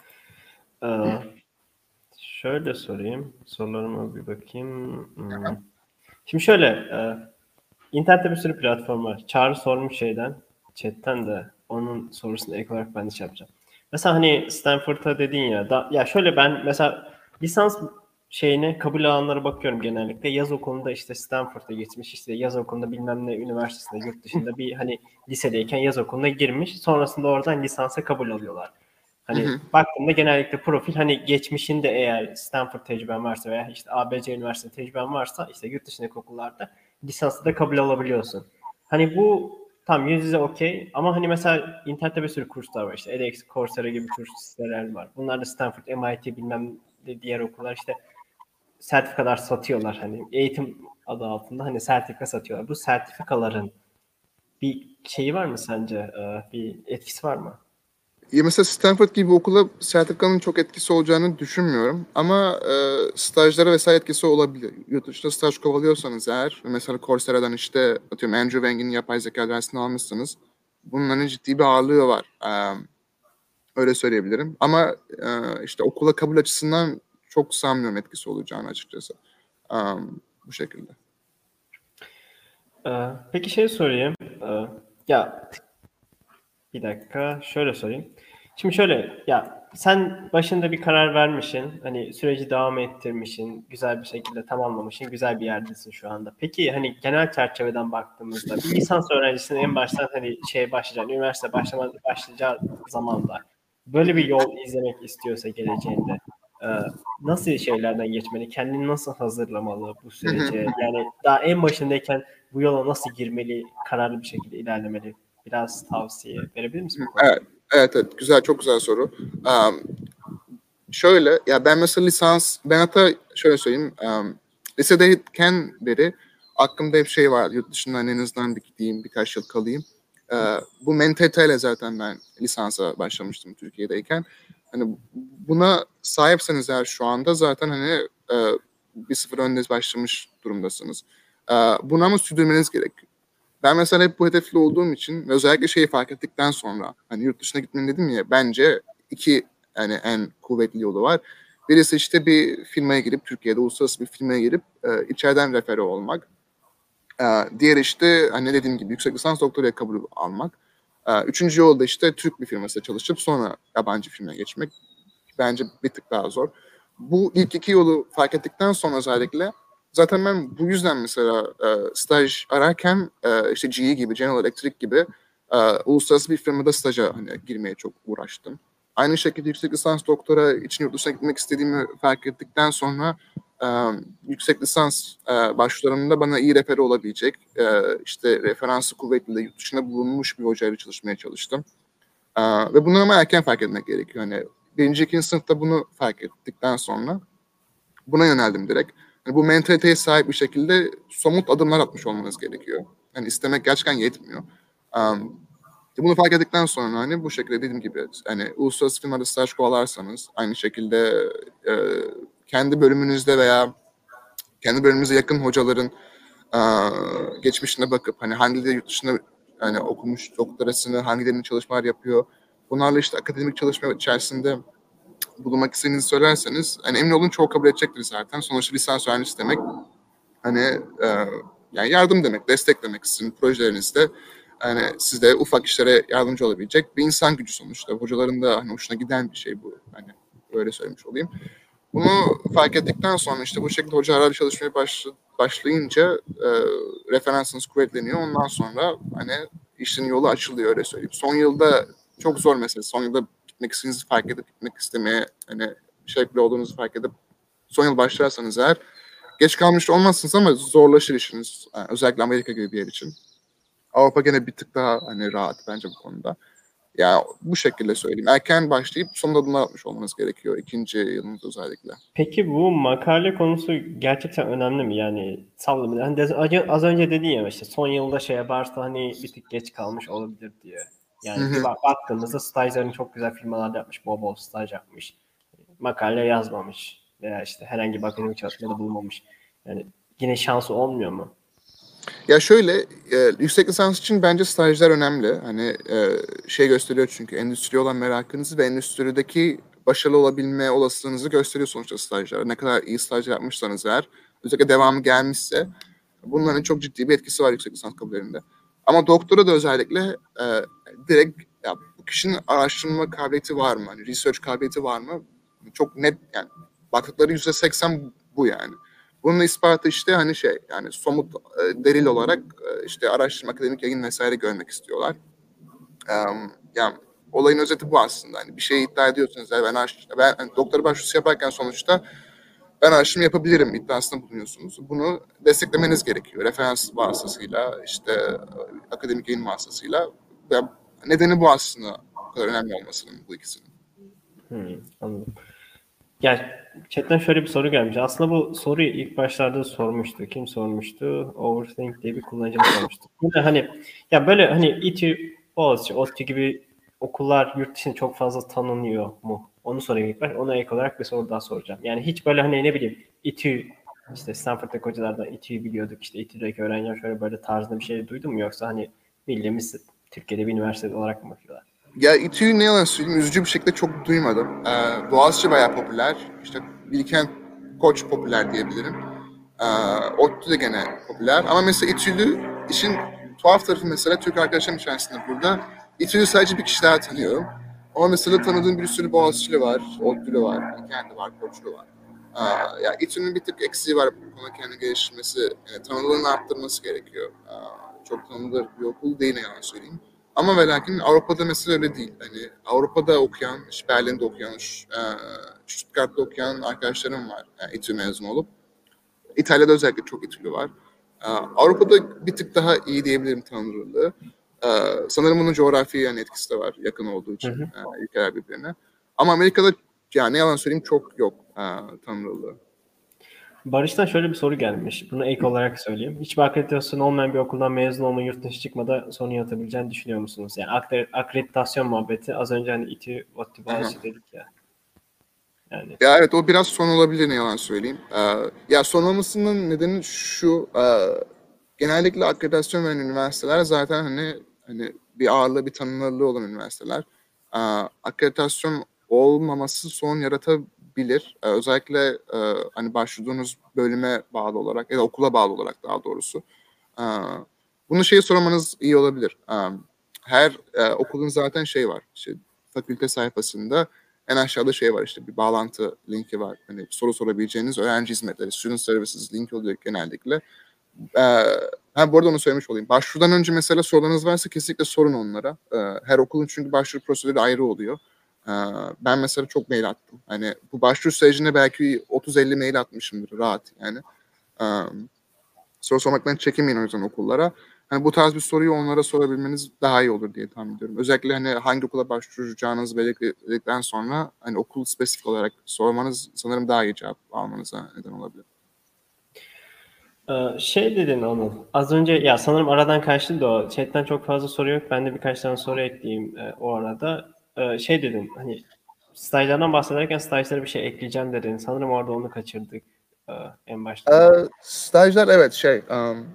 Ee, şöyle sorayım. Sorularıma bir bakayım. Hmm. Şimdi şöyle, e, internette bir sürü platform var. Çağrı sormuş şeyden, chatten de onun sorusunu ek olarak ben de şey yapacağım. Mesela hani Stanford'a dedin ya, da, ya şöyle ben mesela lisans şeyine kabul alanlara bakıyorum genellikle. Yaz okulunda işte Stanford'a gitmiş, işte yaz okulunda bilmem ne üniversitesinde, yurt dışında bir hani lisedeyken yaz okuluna girmiş. Sonrasında oradan lisansa kabul alıyorlar. Hani baktığımda genellikle profil hani geçmişinde eğer Stanford tecrüben varsa veya işte A B C Üniversitesi tecrüben varsa işte yurt dışındaki okullarda lisansı da kabul alabiliyorsun. Hani bu tam yüz yüze okey ama hani mesela internette bir sürü kurslar var işte edX, Coursera gibi kurs siteler var. Bunlar da Stanford, M I T bilmem de diğer okullar işte sertifikalar satıyorlar hani eğitim adı altında hani sertifika satıyorlar. Bu sertifikaların bir şeyi var mı sence? Ee, bir etkisi var mı? Ya mesela Stanford gibi okula sertifikanın çok etkisi olacağını düşünmüyorum. Ama e, stajlara vesaire etkisi olabilir. Yurt dışında staj kovalıyorsanız eğer, mesela Coursera'dan işte atıyorum Andrew Wang'in yapay zeka dersini almışsınız. Bunun hani ciddi bir ağırlığı var. E, öyle söyleyebilirim. Ama e, işte okula kabul açısından çok sanmıyorum etkisi olacağını açıkçası. E, bu şekilde. Ee, peki şey sorayım. Ee, ya bir dakika şöyle sorayım. Şimdi şöyle ya sen başında bir karar vermişsin. Hani süreci devam ettirmişsin. Güzel bir şekilde tamamlamışsın. Güzel bir yerdesin şu anda. Peki hani genel çerçeveden baktığımızda bir lisans öğrencisinin en baştan hani şey başlayacağı, üniversite başlama, başlayacağı zamanda böyle bir yol izlemek istiyorsa geleceğinde e, nasıl şeylerden geçmeli? Kendini nasıl hazırlamalı bu sürece? Yani daha en başındayken bu yola nasıl girmeli? Kararlı bir şekilde ilerlemeli? Biraz tavsiye verebilir misin bu konuda? Evet, evet, evet. Güzel, çok güzel soru. Um, şöyle, ya ben mesela lisans, ben hatta şöyle söyleyeyim, um, lisedeyken beri aklımda hep şey vardı, yurt dışından en azından bir gideyim, birkaç yıl kalayım. Uh, bu mentaliteyle zaten ben lisansa başlamıştım Türkiye'deyken. Hani buna sahipseniz eğer şu anda zaten hani uh, bir sıfır önde başlamış durumdasınız. Uh, bunu ama sürdürmeniz gerekiyor. Ben mesela hep bu hedefli olduğum için ve özellikle şeyi fark ettikten sonra hani yurt dışına gitmenin dedim ya, bence iki yani en kuvvetli yolu var. Birisi işte bir firmaya girip, Türkiye'de uluslararası bir firmaya girip e, içeriden refere olmak. E, diğer işte hani dediğim gibi yüksek lisans doktoraya kabul almak. E, üçüncü yol da işte Türk bir firmasında çalışıp sonra yabancı firmaya geçmek. Bence bir tık daha zor. Bu ilk iki yolu fark ettikten sonra özellikle zaten ben bu yüzden mesela e, staj ararken e, işte G E gibi, General Electric gibi e, uluslararası bir firmada staja hani girmeye çok uğraştım. Aynı şekilde yüksek lisans doktora için yurt dışına gitmek istediğimi fark ettikten sonra e, yüksek lisans e, başvurularımda bana iyi refer olabilecek, e, işte referansı kuvvetli, yurt dışında bulunmuş bir hocayla çalışmaya çalıştım. E, ve bunu ama erken fark etmek gerekiyor. Hani birinci, ikinci sınıfta bunu fark ettikten sonra buna yöneldim direkt. Yani bu mentaliteye sahip bir şekilde somut adımlar atmış olmanız gerekiyor. Yani istemek gerçekten yetmiyor. Um, bunu fark ettikten sonra hani bu şekilde dediğim gibi hani uluslararası firmada staj kovalarsanız aynı şekilde e, kendi bölümünüzde veya kendi bölümünüze yakın hocaların e, geçmişine bakıp hani hangileri yurt dışında hani okumuş doktorasını, hangilerinin çalışmalar yapıyor. Bunlarla işte akademik çalışma içerisinde bulunmak istediğinizi söylerseniz hani emin olun çoğu kabul edecektir zaten. Sonuçta lisans öğrencisi demek hani e, yani yardım demek, destek demek sizin projelerinizde. Hani sizde ufak işlere yardımcı olabilecek bir insan gücü sonuçta. Hocaların da hani hoşuna giden bir şey bu. Hani öyle söylemiş olayım. Bunu fark ettikten sonra işte bu şekilde hocalarla çalışmaya başlı, başlayınca e, referansınız kuvvetleniyor. Ondan sonra hani işin yolu açılıyor öyle söyleyeyim. Son yılda çok zor mesela. Son yılda gitmek istediğinizi fark edip gitmek istemeye hani şevkli olduğunuzu fark edip son yıl başlarsanız eğer geç kalmış olmazsınız ama zorlaşır işiniz. Yani özellikle Amerika gibi bir yer için. Avrupa gene bir tık daha hani rahat bence bu konuda. Ya bu şekilde söyleyeyim. Erken başlayıp sonunda adımlar atmış olmanız gerekiyor. İkinci yılınızda özellikle. Peki bu makale konusu gerçekten önemli mi? Yani sallıyorum. Hani de- az önce dedin ya işte son yılda şey yaparsa hani bir tık geç kalmış olabilir diye. Hı Yani bir hı. bak baktığımızda stajlarını çok güzel firmalarda yapmış. Bol bol staj yapmış. Makale yazmamış. Veya işte herhangi bir akademik çalışmada bulunmamış. Yani yine şansı olmuyor mu? Ya şöyle, e, yüksek lisans için bence stajlar önemli. Hani e, şey gösteriyor çünkü endüstriye olan merakınızı ve endüstrideki başarılı olabilme olasılığınızı gösteriyor sonuçta stajlar. Ne kadar iyi staj yapmışsanız eğer, özellikle devamı gelmişse bunların çok ciddi bir etkisi var yüksek lisans kabullerinde. Ama doktora da özellikle e, direkt ya, bu kişinin araştırma kabiliyeti var mı? Hani research kabiliyeti var mı? Çok net yani baktıkları yüzde seksen bu yani. Bunun ispatı işte hani şey yani somut e, delil olarak e, işte araştırma, akademik yayın vesaire görmek istiyorlar. E, yani olayın özeti bu aslında. Hani bir şey iddia ediyorsunuz. Yani ben, araş- ben hani doktora başvurusu yaparken sonuçta ben araştırma yapabilirim iddiasında bulunuyorsunuz. Bunu desteklemeniz gerekiyor. Referans vasıtasıyla, işte e, akademik yayın vasıtasıyla. Ve nedeni bu aslında bu kadar önemli olmasının bu ikisinin. Hmm, anladım. Ya chatten şöyle bir soru gelmiş. Aslında bu soruyu ilk başlarda sormuştu. Kim sormuştu? Overthink diye bir kullanıcımız sormuştu. Burada hani ya böyle hani İTÜ, Boğaziçi, ODTÜ gibi okullar yurt dışında çok fazla tanınıyor mu? Onu sorayım ilk baş. Ona ek olarak bir soru daha soracağım. Yani hiç böyle hani ne bileyim İTÜ işte Stanford'daki hocalardan İTÜ'yü biliyorduk. İşte İTÜ'deki öğrenciler şöyle böyle tarzında bir şey duydun mu? Yoksa hani bildiğimiz Türkiye'de bir üniversite olarak mı bakıyorlar? Ya İTÜ'yü ne yalan söyleyeyim üzücü bir şekilde çok duymadım. Ee, Boğaziçi bayağı popüler. İşte Bilkent Koç popüler diyebilirim. Ee, ODTÜ de gene popüler. Ama mesela İTÜ'lü işin tuhaf tarafı mesela Türk arkadaşlarım içerisinde burada. İTÜ'lü sadece bir kişi daha tanıyorum. Ama mesela tanıdığım bir sürü Boğaziçi'li var, ODTÜ'lü var, Bilkent'li var, Koçlu var. Ee, ya İTÜ'nün bir tık eksiği var bu konuda kendini geliştirmesi, yani tanınırlığını arttırması gerekiyor. Ee, çok tanınır bir okul değil ne yalan söyleyeyim. Ama ve lakin Avrupa'da mesela öyle değil. Hani Avrupa'da okuyan, işte Berlin'de okuyan, e, Stuttgart'ta okuyan arkadaşlarım var. Yani İTÜ mezun olup. İtalya'da özellikle çok İTÜ'lü var. E, Avrupa'da bir tık daha iyi diyebilirim tanınırlığı. E, sanırım bunun coğrafi yani etkisi de var yakın olduğu Hı için hı. e, ülkeler birbirine. Ama Amerika'da yani ne yalan söyleyeyim çok yok e, tanınırlığı. Barış'tan şöyle bir soru gelmiş. Bunu ek olarak söyleyeyim. Hiçbir akreditasyonu olmayan bir okuldan mezun olma yurt dışı çıkmada sorun yaratabileceğini düşünüyor musunuz? Yani akre- akreditasyon muhabbeti az önce hani İTÜ, ODTÜ, Aha. Boğaziçi dedik ya. Yani. Ya evet o biraz son olabilir ne yalan söyleyeyim. Ee, ya son olmasının nedeni şu. E, genellikle akreditasyon veren üniversiteler zaten hani hani bir ağırlığı bir tanınırlığı olan üniversiteler. Ee, akreditasyon olmaması sorun yaratabilir. Ee, özellikle e, hani başvurduğunuz bölüme bağlı olarak ya da okula bağlı olarak daha doğrusu. Ee, bunu şeyi sormanız iyi olabilir. Ee, her e, okulun zaten şey var. İşte fakülte sayfasında en aşağıda şey var işte bir bağlantı linki var. Hani soru sorabileceğiniz öğrenci hizmetleri, student services linki oluyor genellikle. Ee, ha, bu arada onu söylemiş olayım. Başvurudan önce mesela sorularınız varsa kesinlikle sorun onlara. Ee, her okulun çünkü başvuru prosedürü ayrı oluyor. Ee, ben mesela çok mail attım. Hani bu başvuru sürecinde belki otuz elli mail atmışımdır rahat yani. Ee, soru sormaktan çekinmeyin o yüzden okullara. Hani bu tarz bir soruyu onlara sorabilmeniz daha iyi olur diye tahmin ediyorum. Özellikle hani hangi okula başvuracağınızı belirledikten sonra hani okul spesifik olarak sormanız sanırım daha iyi cevap almanıza neden olabilir. Ee, Şey dedin Anıl, az önce ya sanırım aradan kaçtı da o chatten çok fazla soru yok. Ben de birkaç tane soru ekleyeyim e, o arada. Ee, şey dedin hani stajlardan bahsederken stajlara bir şey ekleyeceğim dedin. Sanırım orada onu kaçırdık e, en Ee, başlarda. stajlar evet şey um,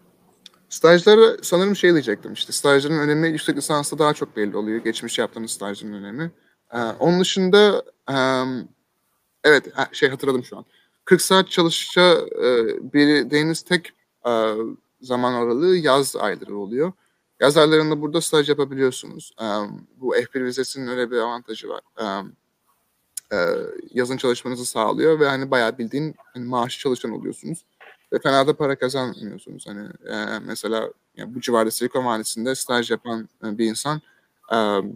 stajları sanırım şey diyecektim işte stajların önemi yüksek lisansta daha çok belli oluyor. Geçmiş yaptığınız stajların önemi. Ee, onun dışında um, evet ha, şey hatırladım şu an. kırk saat çalışacağı e, bildiğiniz tek e, zaman aralığı yaz ayları oluyor. Yaz aylarında burada staj yapabiliyorsunuz. Um, bu F bir vizesinin öyle bir avantajı var. Um, e, yazın çalışmanızı sağlıyor ve hani bayağı bildiğin hani maaşı çalışan oluyorsunuz. Ve fena da para kazanmıyorsunuz. Hani e, mesela yani bu civarda Silikon Vadisi'nde staj yapan e, bir insan e,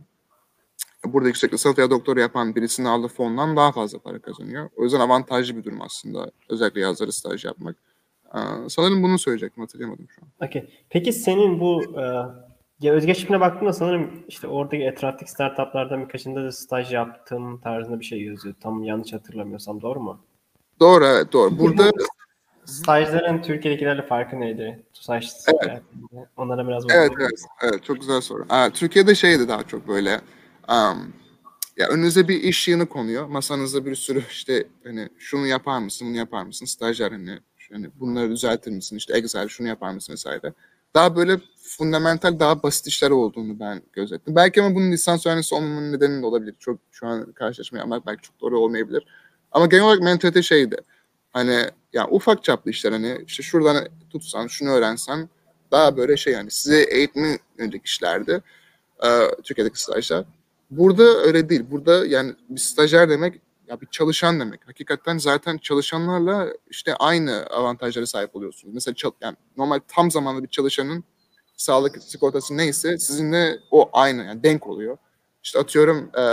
burada yüksek lisans veya doktora yapan birisinin aldığı fondan daha fazla para kazanıyor. O yüzden avantajlı bir durum aslında. Özellikle yazları staj yapmak. E, sanırım bunu söyleyecektim. Hatırlayamadım şu an. Okey. Peki senin bu e, ya özgeçmişine baktığımda sanırım işte oradaki etraftaki startuplardan birkaçında da staj yaptığın tarzında bir şey yazıyor. Tam yanlış hatırlamıyorsam doğru mu? Doğru, evet doğru. Peki Burada bu stajların Türkiye'dekilerle farkı neydi? TUSAŞ evet, hayatında. Onlara biraz evet, bahsedebilir evet, misin? evet. Çok güzel soru. Aa, Türkiye'de şeydi daha çok böyle um, ya önünüze bir iş yığını konuyor. Masanızda bir sürü işte hani şunu yapar mısın, bunu yapar mısın? Stajyer hani, hani bunları düzeltir misin? İşte Excel şunu yapar mısın vesaire. Daha böyle fundamental, daha basit işler olduğunu ben gözettim. Belki ama bunun lisans öğrencisi olmamın nedeni de olabilir. Çok şu an karşılaşma yapmak belki çok doğru olmayabilir. Ama genel olarak mentalite şeydi. Hani ya ufak çaplı işler hani işte şuradan tutsan, şunu öğrensen daha böyle şey yani size eğitime yönelik işlerdi. Ee, Türkiye'deki stajlar. Burada öyle değil. Burada yani bir stajyer demek ya bir çalışan demek. Hakikaten zaten çalışanlarla işte aynı avantajlara sahip oluyorsunuz. Mesela çal- yani normal tam zamanlı bir çalışanın sağlık sigortası neyse sizinle o aynı yani denk oluyor. İşte atıyorum e,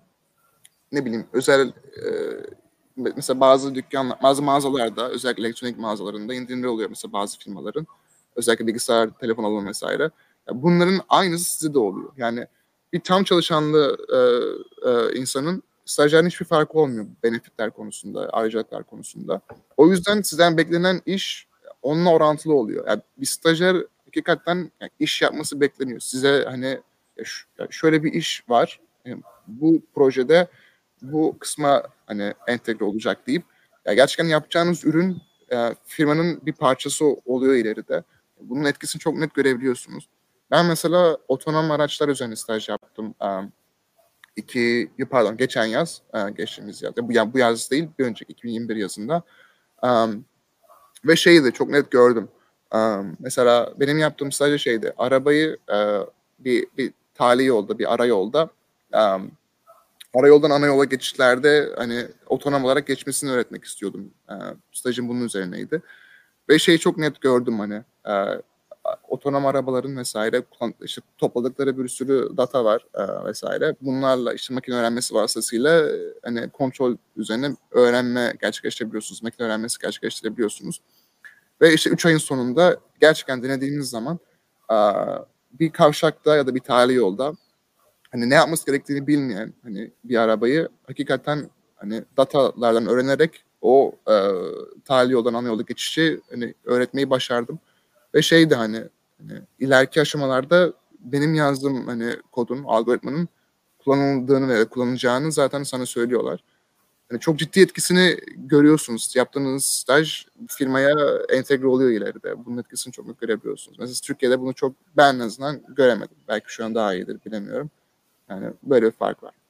ne bileyim özel e, mesela bazı dükkan, bazı mağazalarda özellikle elektronik mağazalarında indirimler oluyor mesela bazı firmaların. Özellikle bilgisayar, telefon alımı vesaire. Ya bunların aynısı size de oluyor. Yani bir tam çalışanlı e, e, insanın stajyerin hiçbir farkı olmuyor benefitler konusunda, ayrıcalıklar konusunda. O yüzden sizden beklenen iş onunla orantılı oluyor. Yani bir stajyer hakikaten yani iş yapması bekleniyor. Size hani ya ş- ya şöyle bir iş var. Yani bu projede bu kısma hani entegre olacak deyip ya gerçekten yapacağınız ürün e, firmanın bir parçası oluyor ileride. Bunun etkisini çok net görebiliyorsunuz. Ben mesela otonom araçlar üzerine staj yaptım. Um, iki, pardon geçen yaz, e, geçtiğimiz yaz. Bu, yani bu yaz değil, bir önceki iki bin yirmi bir yazında. Um, ve şeyi de çok net gördüm. Um, mesela benim yaptığım stajda şeydi. Arabayı e, bir, bir tali yolda, bir ara yolda um, Arayoldan ana yola geçişlerde hani otonom olarak geçmesini öğretmek istiyordum. E, stajım bunun üzerineydi. Ve şeyi çok net gördüm hani e, otonom arabaların vesaire işte topladıkları bir sürü data var e, vesaire. Bunlarla işte makine öğrenmesi vasıtasıyla e, hani kontrol üzerine öğrenme gerçekleştirebiliyorsunuz. Makine öğrenmesi gerçekleştirebiliyorsunuz. Ve işte üç ayın sonunda gerçekten denediğiniz zaman e, bir kavşakta ya da bir tali yolda hani ne yapması gerektiğini bilmeyen hani bir arabayı hakikaten hani datalardan öğrenerek o e, tali yoldan ana yolda geçişi hani öğretmeyi başardım. Ve şeydi hani, hani ileriki aşamalarda benim yazdığım hani kodun, algoritmanın kullanıldığını ve kullanılacağını zaten sana söylüyorlar. Hani çok ciddi etkisini görüyorsunuz. Yaptığınız staj firmaya entegre oluyor ileride. Bunun etkisini çok net görebiliyorsunuz. Mesela Türkiye'de bunu çok ben en azından göremedim. Belki şu an daha iyidir bilemiyorum. Yani böyle bir fark var.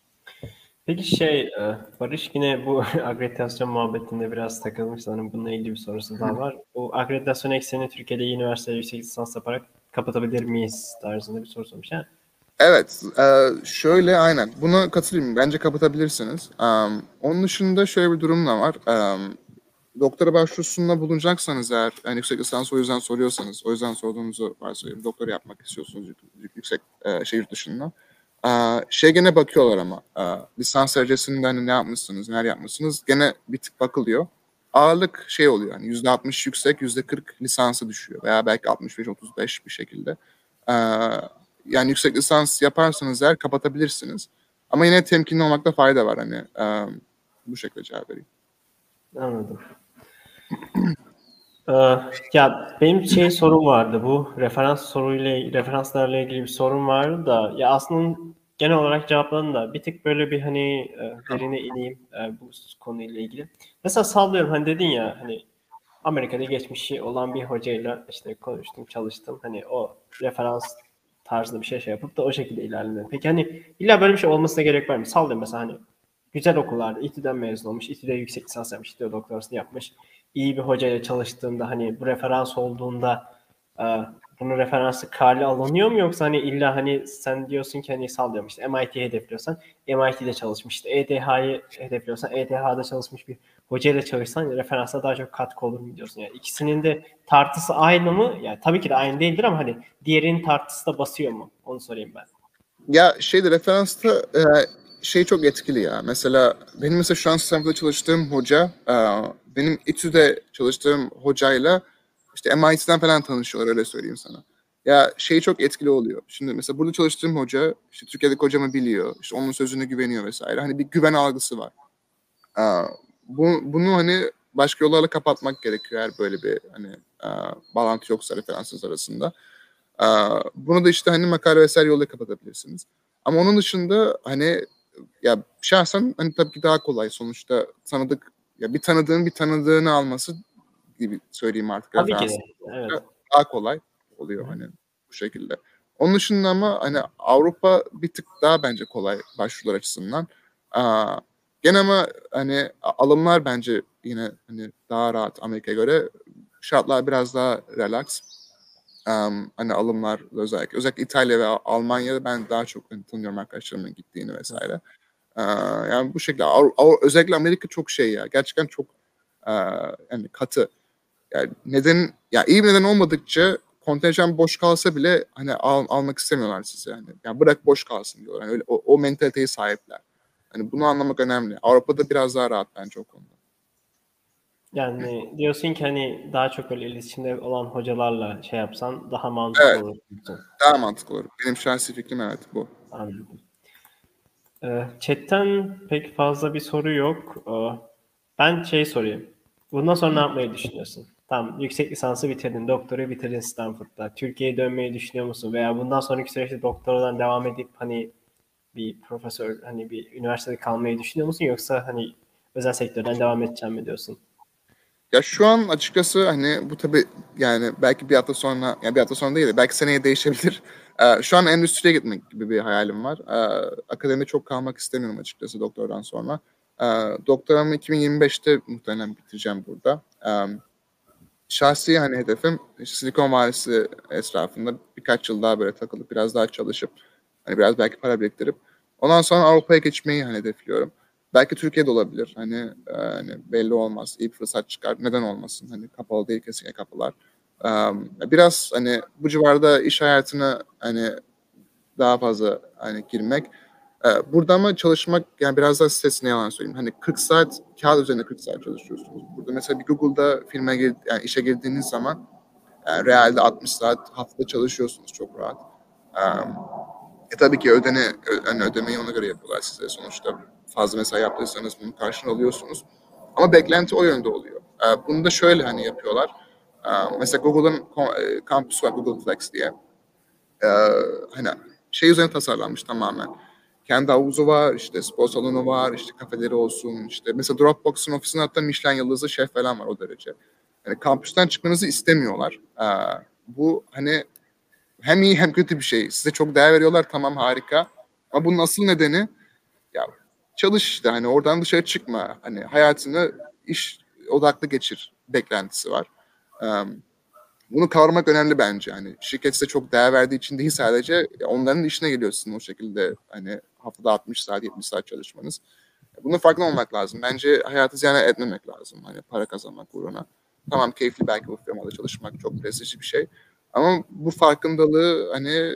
Peki şey e, Barış yine bu akreditasyon muhabbetinde biraz takılmış sanırım bununla ilgili bir sorusu daha var. Bu akreditasyon eksenini Türkiye'de iyi üniversitede yüksek lisans yaparak kapatabilir miyiz tarzında bir soru sormuş. Ha? Evet, e, şöyle aynen. Buna katılıyorum. Bence kapatabilirsiniz. Um, onun dışında şöyle bir durum da var. Um, doktora başvurusunda bulunacaksanız eğer, yani yüksek lisans o yüzden soruyorsanız, o yüzden sorduğunuzu varsayıyorum. Doktora yapmak istiyorsunuz yük- yük- yüksek e, şehir dışında. Aa, şey gene bakıyorlar ama aa, lisans derecesinde hani ne yapmışsınız, neler yapmışsınız gene bir tık bakılıyor. Ağırlık şey oluyor hani yüzde altmış yüksek, yüzde kırk lisansı düşüyor veya belki altmış beş otuz beş bir şekilde. Aa, yani yüksek lisans yaparsanız eğer kapatabilirsiniz. Ama yine temkinli olmakta fayda var hani aa, bu şekilde cevap vereyim. Anladım. Ee, ya benim şey sorum vardı, bu referans soruyla referanslarla ilgili bir sorun vardı da ya aslında genel olarak cevapladın da bir tık böyle bir hani e, derine ineyim e, bu konuyla ilgili. Mesela sallıyorum hani dedin ya hani Amerika'da geçmişi olan bir hocayla işte konuştum, çalıştım. Hani o referans tarzında bir şey şey yapıp da o şekilde ilerledim. Peki hani illa böyle bir şey olmasına gerek var mı? Sallıyorum mesela hani güzel okullarda İTÜ'den mezun olmuş, İTÜ'de yüksek lisans yapmış, İTÜ'de doktorasını yapmış. İyi bir hocayla çalıştığında hani bu referans olduğunda e, bunun referansı kale alınıyor mu yoksa hani illa hani sen diyorsun ki hani sallıyorum işte M I T'yi hedefliyorsan M I T'de çalışmış, işte E D H'yı hedefliyorsan E D H'da çalışmış bir hocayla çalışsan referansa daha çok katkı olur mu diyorsun? Yani ikisinin de tartısı aynı mı? Yani tabii ki de aynı değildir ama hani diğerinin tartısı da basıyor mu? Onu sorayım ben. Ya şeyde referansta e, şey çok etkili ya. Mesela benim mesela şu an Stanford'da çalıştığım hoca e, benim İTÜ'de çalıştığım hocayla işte M I T'den falan tanışıyorlar öyle söyleyeyim sana. Ya şey çok etkili oluyor. Şimdi mesela burada çalıştığım hoca işte Türkiye'deki hocamı biliyor. İşte onun sözüne güveniyor vesaire. Hani bir güven algısı var. E, bu, bunu hani başka yollarla kapatmak gerekiyor eğer böyle bir hani e, bağlantı yoksa referansınız arasında. Aa, bunu da işte hani makale vesaire yoluyla kapatabilirsiniz. Ama onun dışında hani ya şahsen hani tabii ki daha kolay sonuçta tanıdık ya bir tanıdığın bir tanıdığını alması gibi söyleyeyim artık Tabii ki de. referans Evet. daha kolay Hı oluyor hı. hani bu şekilde. Onun dışında ama hani Avrupa bir tık daha bence kolay başvurular açısından. Aa, gene ama hani alımlar bence yine hani daha rahat Amerika'ya göre. Şartlar biraz daha relax. Um, hani alımlar özellikle özellikle İtalya ve Almanya'da ben daha çok hani, tanıyorum arkadaşlarımın gittiğini vesaire. Ee, yani bu şekilde Avru- Avru- özellikle Amerika çok şey ya gerçekten çok e, yani katı. Yani neden ya iyi bir neden olmadıkça kontenjan boş kalsa bile hani al, almak istemiyorlar sizi yani. Yani bırak boş kalsın diyorlar. Yani öyle o, o mentaliteye sahipler. Hani bunu anlamak önemli. Avrupa'da biraz daha rahat bence o konuda. Yani diyorsun ki hani daha çok öyle iletişimde olan hocalarla şey yapsan daha mantıklı Evet, olur diyorsun. daha mantıklı olur. Benim şahsi fikrim evet bu. Anladım. Ee, chatten pek fazla bir soru yok. Ee, ben şey sorayım. Bundan sonra ne yapmayı düşünüyorsun? Tamam, yüksek lisansı bitirdin, doktorayı bitirdin Stanford'da. Türkiye'ye dönmeyi düşünüyor musun? Veya bundan sonraki süreçte doktoradan devam edip hani bir profesör, hani bir üniversitede kalmayı düşünüyor musun? Yoksa hani özel sektörden devam edeceğim mi diyorsun? Ya şu an açıkçası hani bu tabii yani belki bir hafta sonra yani bir hafta sonra değil de belki seneye değişebilir. Ee, şu an endüstriye gitmek gibi bir hayalim var. Ee, akademide çok kalmak istemiyorum açıkçası doktordan sonra. Ee, doktoramı iki bin yirmi beşte muhtemelen bitireceğim burada. Ee, şahsi hani hedefim işte Silikon Vadisi etrafında birkaç yıl daha böyle takılıp biraz daha çalışıp hani biraz belki para biriktirip ondan sonra Avrupa'ya geçmeyi hani hedefliyorum. Belki Türkiye'de olabilir. Hani, e, hani belli olmaz. İyi bir fırsat çıkar. Neden olmasın? Hani kapalı değil kesinlikle kapılar. Um, biraz hani bu civarda iş hayatına hani daha fazla hani girmek. Ee, burada ama çalışmak yani biraz daha stresli ne yalan söyleyeyim. Hani kırk saat kağıt üzerinde kırk saat çalışıyorsunuz. Burada mesela bir Google'da firmaya gir, yani işe girdiğiniz zaman yani realde altmış saat haftada çalışıyorsunuz çok rahat. Um, e tabii ki ödene, ö, hani ödemeyi ona göre yapıyorlar size sonuçta. Fazla mesai yaptıysanız bunun karşılığını alıyorsunuz. Ama beklenti o yönde oluyor. Ee, bunu da şöyle hani yapıyorlar. Ee, mesela Google'ın ko- e, kampüsü var Google Flex diye. Ee, hani şey üzerine tasarlanmış tamamen. Kendi havuzu var, işte spor salonu var, işte kafeleri olsun, işte mesela Dropbox'un ofisinde hatta Michelin yıldızlı şef falan var o derece. Yani kampüsten çıkmanızı istemiyorlar. Ee, bu hani hem iyi hem kötü bir şey. Size çok değer veriyorlar, tamam harika. Ama bunun asıl nedeni ya çalış işte hani oradan dışarı çıkma. Hani hayatını iş odaklı geçir beklentisi var. Ee, bunu kavramak önemli bence. Hani şirket size çok değer verdiği için değil sadece onların işine geliyor sizin o şekilde hani haftada altmış saat yetmiş saat çalışmanız. Bunun farkında olmak lazım. Bence hayatı ziyan etmemek lazım. Hani para kazanmak uğruna. Tamam keyifli belki bu firmada çalışmak çok prestijli bir şey. Ama bu farkındalığı hani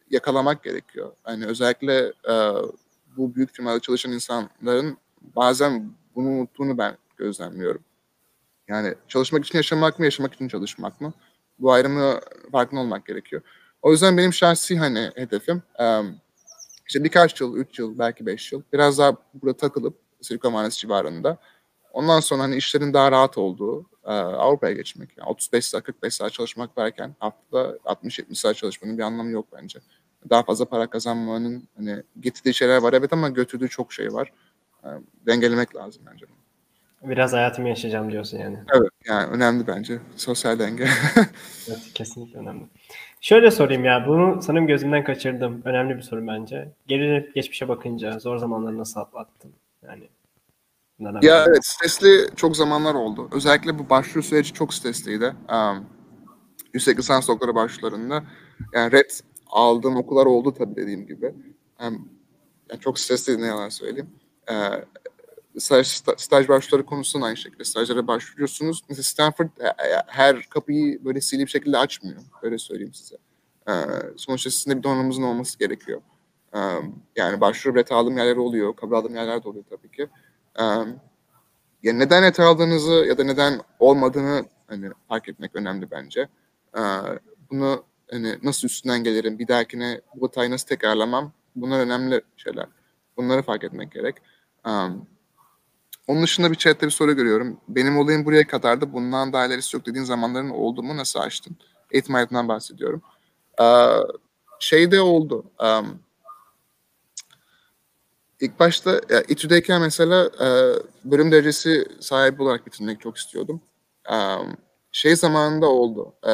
yakalamak gerekiyor. Hani özellikle e, bu büyük firmalarda çalışan insanların bazen bunu unuttuğunu ben gözlemliyorum. Yani çalışmak için yaşamak mı, yaşamak için çalışmak mı? Bu ayrımı farkında olmak gerekiyor. O yüzden benim şahsi hani hedefim e, işte birkaç yıl, üç yıl, belki beş yıl biraz daha burada takılıp Silikon Vadisi civarında. Ondan sonra hani işlerin daha rahat olduğu e, Avrupa'ya geçmek. Yani otuz beş saat, kırk beş saat çalışmak varken haftada altmış yetmiş saat çalışmanın bir anlamı yok bence. Daha fazla para kazanmanın hani getirdiği şeyler var evet ama götürdüğü çok şey var. E, dengelemek lazım bence. Biraz hayatımı yaşayacağım diyorsun yani. Evet, yani önemli bence sosyal denge. Evet, kesinlikle önemli. Şöyle sorayım ya, bunu sanırım gözümden kaçırdım. Önemli bir soru bence. Geri geçmişe bakınca zor zamanları nasıl atlattın? Yani bundan Ya haberin var. evet, stresli çok zamanlar oldu. Özellikle bu başvuru süreci çok stresliydi. Um, yüksek lisans doktora başvurularında. Yani red aldığım okullar oldu tabii dediğim gibi. Hem yani çok stresliydi ne yalan söyleyeyim. Ee, staj, staj başvuruları konusunda aynı şekilde stajlara başvuruyorsunuz. Mesela Stanford e, e, her kapıyı böyle sihirli bir şekilde açmıyor. Öyle söyleyeyim size. Ee, sonuçta sizin de bir donanımınızın olması gerekiyor. Ee, yani başvuru red aldığım yerler oluyor. Kabul aldığım yerler de oluyor tabii ki. Ee, yani neden red aldığınızı ya da neden olmadığını hani fark etmek önemli bence. Ee, bunu hani nasıl üstünden gelirim, bir dahakine bu hatayı nasıl tekrarlamam, bunlar önemli şeyler. Bunları fark etmek gerek. Um, onun dışında bir chatte bir soru görüyorum. Benim olayım buraya kadardı, bundan daha ilerisi yok dediğin zamanların oldu mu, nasıl açtın? Eğitim hayatından bahsediyorum. Ee, şey de oldu. Um, İlk başta ya, İTÜ'deyken mesela e, bölüm derecesi sahibi olarak bitirmek çok istiyordum. E, şey zamanında oldu. E,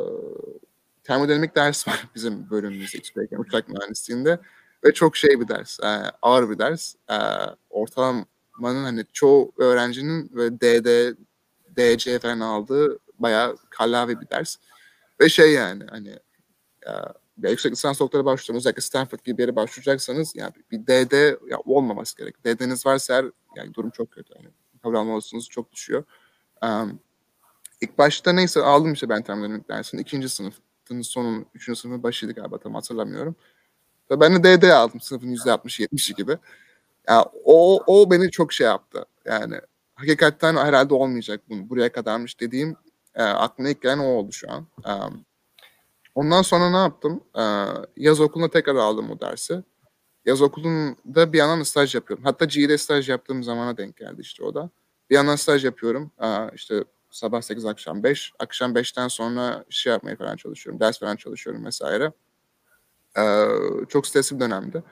termodinamik ders var bizim bölümümüzde İTÜ'deyken uçak mühendisliğinde ve çok şey bir ders, e, ağır bir ders. E, ortalamanın hani çoğu öğrencinin ve D D, D C falan aldığı bayağı kallavi bir ders. Ve şey yani hani ya, ya yüksek lisans doktora başvuruyorsunuz. Özellikle Stanford gibi bir yere başvuracaksanız yani bir D D ya, olmaması gerek. D D'niz varsa eğer yani durum çok kötü. Yani kabul alma olasılığınız çok düşüyor. Um, ilk başta neyse aldım işte ben termodinamik dersini. İkinci sınıfın sonu, üçüncü sınıfın başıydı galiba tam hatırlamıyorum. Ve ben de D D aldım sınıfın yüzde altmış yetmişi gibi. Yani o, o beni çok şey yaptı. Yani hakikaten herhalde olmayacak bunu. Buraya kadarmış dediğim e, aklıma ilk gelen o oldu şu an. Um, Ondan sonra ne yaptım? Ee, yaz okuluna tekrar aldım o dersi. Yaz okulunda bir yandan staj yapıyorum. Hatta G E'de staj yaptığım zamana denk geldi işte o da. Bir yandan staj yapıyorum. Ee, işte sabah sekiz akşam beş. Akşam beşten sonra şey yapmaya falan çalışıyorum. Ders falan çalışıyorum vesaire. Ee, çok stresli bir dönemdi.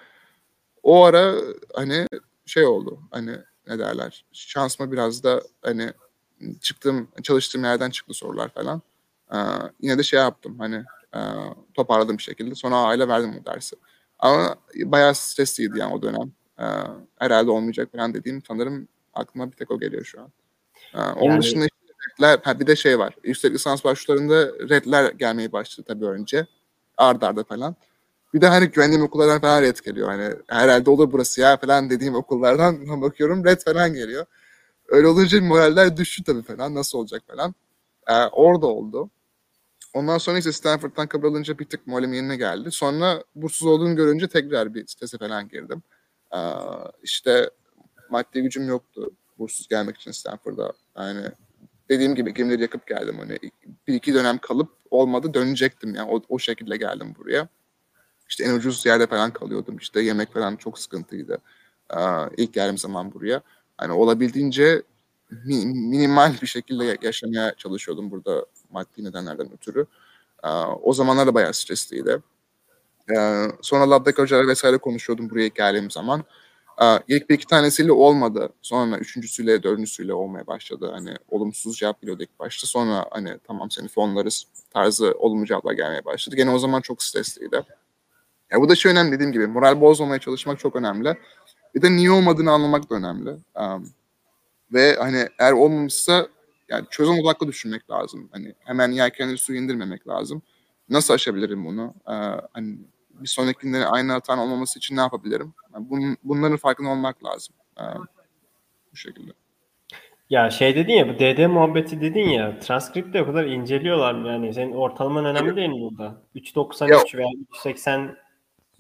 O ara hani şey oldu. Hani ne derler? Şansıma biraz da hani çıktığım, çalıştığım yerden çıktı sorular falan. Ee, yine de şey yaptım hani e, toparladım bir şekilde. Sonra aile verdim o dersi. Ama bayağı stresliydi yani o dönem. Ee, herhalde olmayacak falan dediğim sanırım aklıma bir tek o geliyor şu an. Ee, onun Yani dışında işte redler, ha bir de şey var. Yüksek lisans başvurularında redler gelmeye başladı tabii önce. Ard arda falan. Bir de hani güvendiğim okullardan falan red geliyor. Hani herhalde olur burası ya falan dediğim okullardan bakıyorum red falan geliyor. Öyle olunca moraller düştü tabii falan. Nasıl olacak falan. Ee, orada oldu. Ondan sonra ise Stanford'dan kabul alınca bir tık moralim yerine geldi. Sonra bursuz olduğunu görünce tekrar bir strese falan girdim. Ee, işte maddi gücüm yoktu bursuz gelmek için Stanford'a. Yani dediğim gibi gemileri yakıp geldim. Hani bir iki dönem kalıp olmadı dönecektim. Yani o, o şekilde geldim buraya. İşte en ucuz yerde falan kalıyordum. İşte yemek falan çok sıkıntıydı. Ee, ilk geldiğim zaman buraya. Hani olabildiğince mi- minimal bir şekilde yaşamaya çalışıyordum burada maddi nedenlerden ötürü. Ee, o zamanlar da bayağı stresliydi. Ee, sonra labdaki hocalarla vesaire konuşuyordum buraya ilk geldiğim zaman. Ee, ilk bir iki tanesiyle olmadı. Sonra üçüncüsüyle, dördüncüsüyle olmaya başladı. Hani olumsuz cevap geliyordu ilk başta. Sonra hani tamam seni fonlarız tarzı olumlu cevaplar gelmeye başladı. Gene o zaman çok stresliydi. Ya bu da şey önemli dediğim gibi. Moral bozmamaya çalışmak çok önemli. Bir de niye olmadığını anlamak da önemli. Um, ve hani eğer olmamışsa yani çözüm odaklı düşünmek lazım. Hani hemen yelkenleri suya indirmemek lazım. Nasıl aşabilirim bunu? Ee, hani bir sonrakinde aynı hatanın olmaması için ne yapabilirim? Yani bunun, bunların farkında olmak lazım. Ee, bu şekilde. ya şey dedin ya, bu D D muhabbeti dedin ya, transkripte o kadar inceliyorlar mı yani? Senin ortalaman Tabii. önemli değil mi burada? Ya üç doksan üç veya üç seksen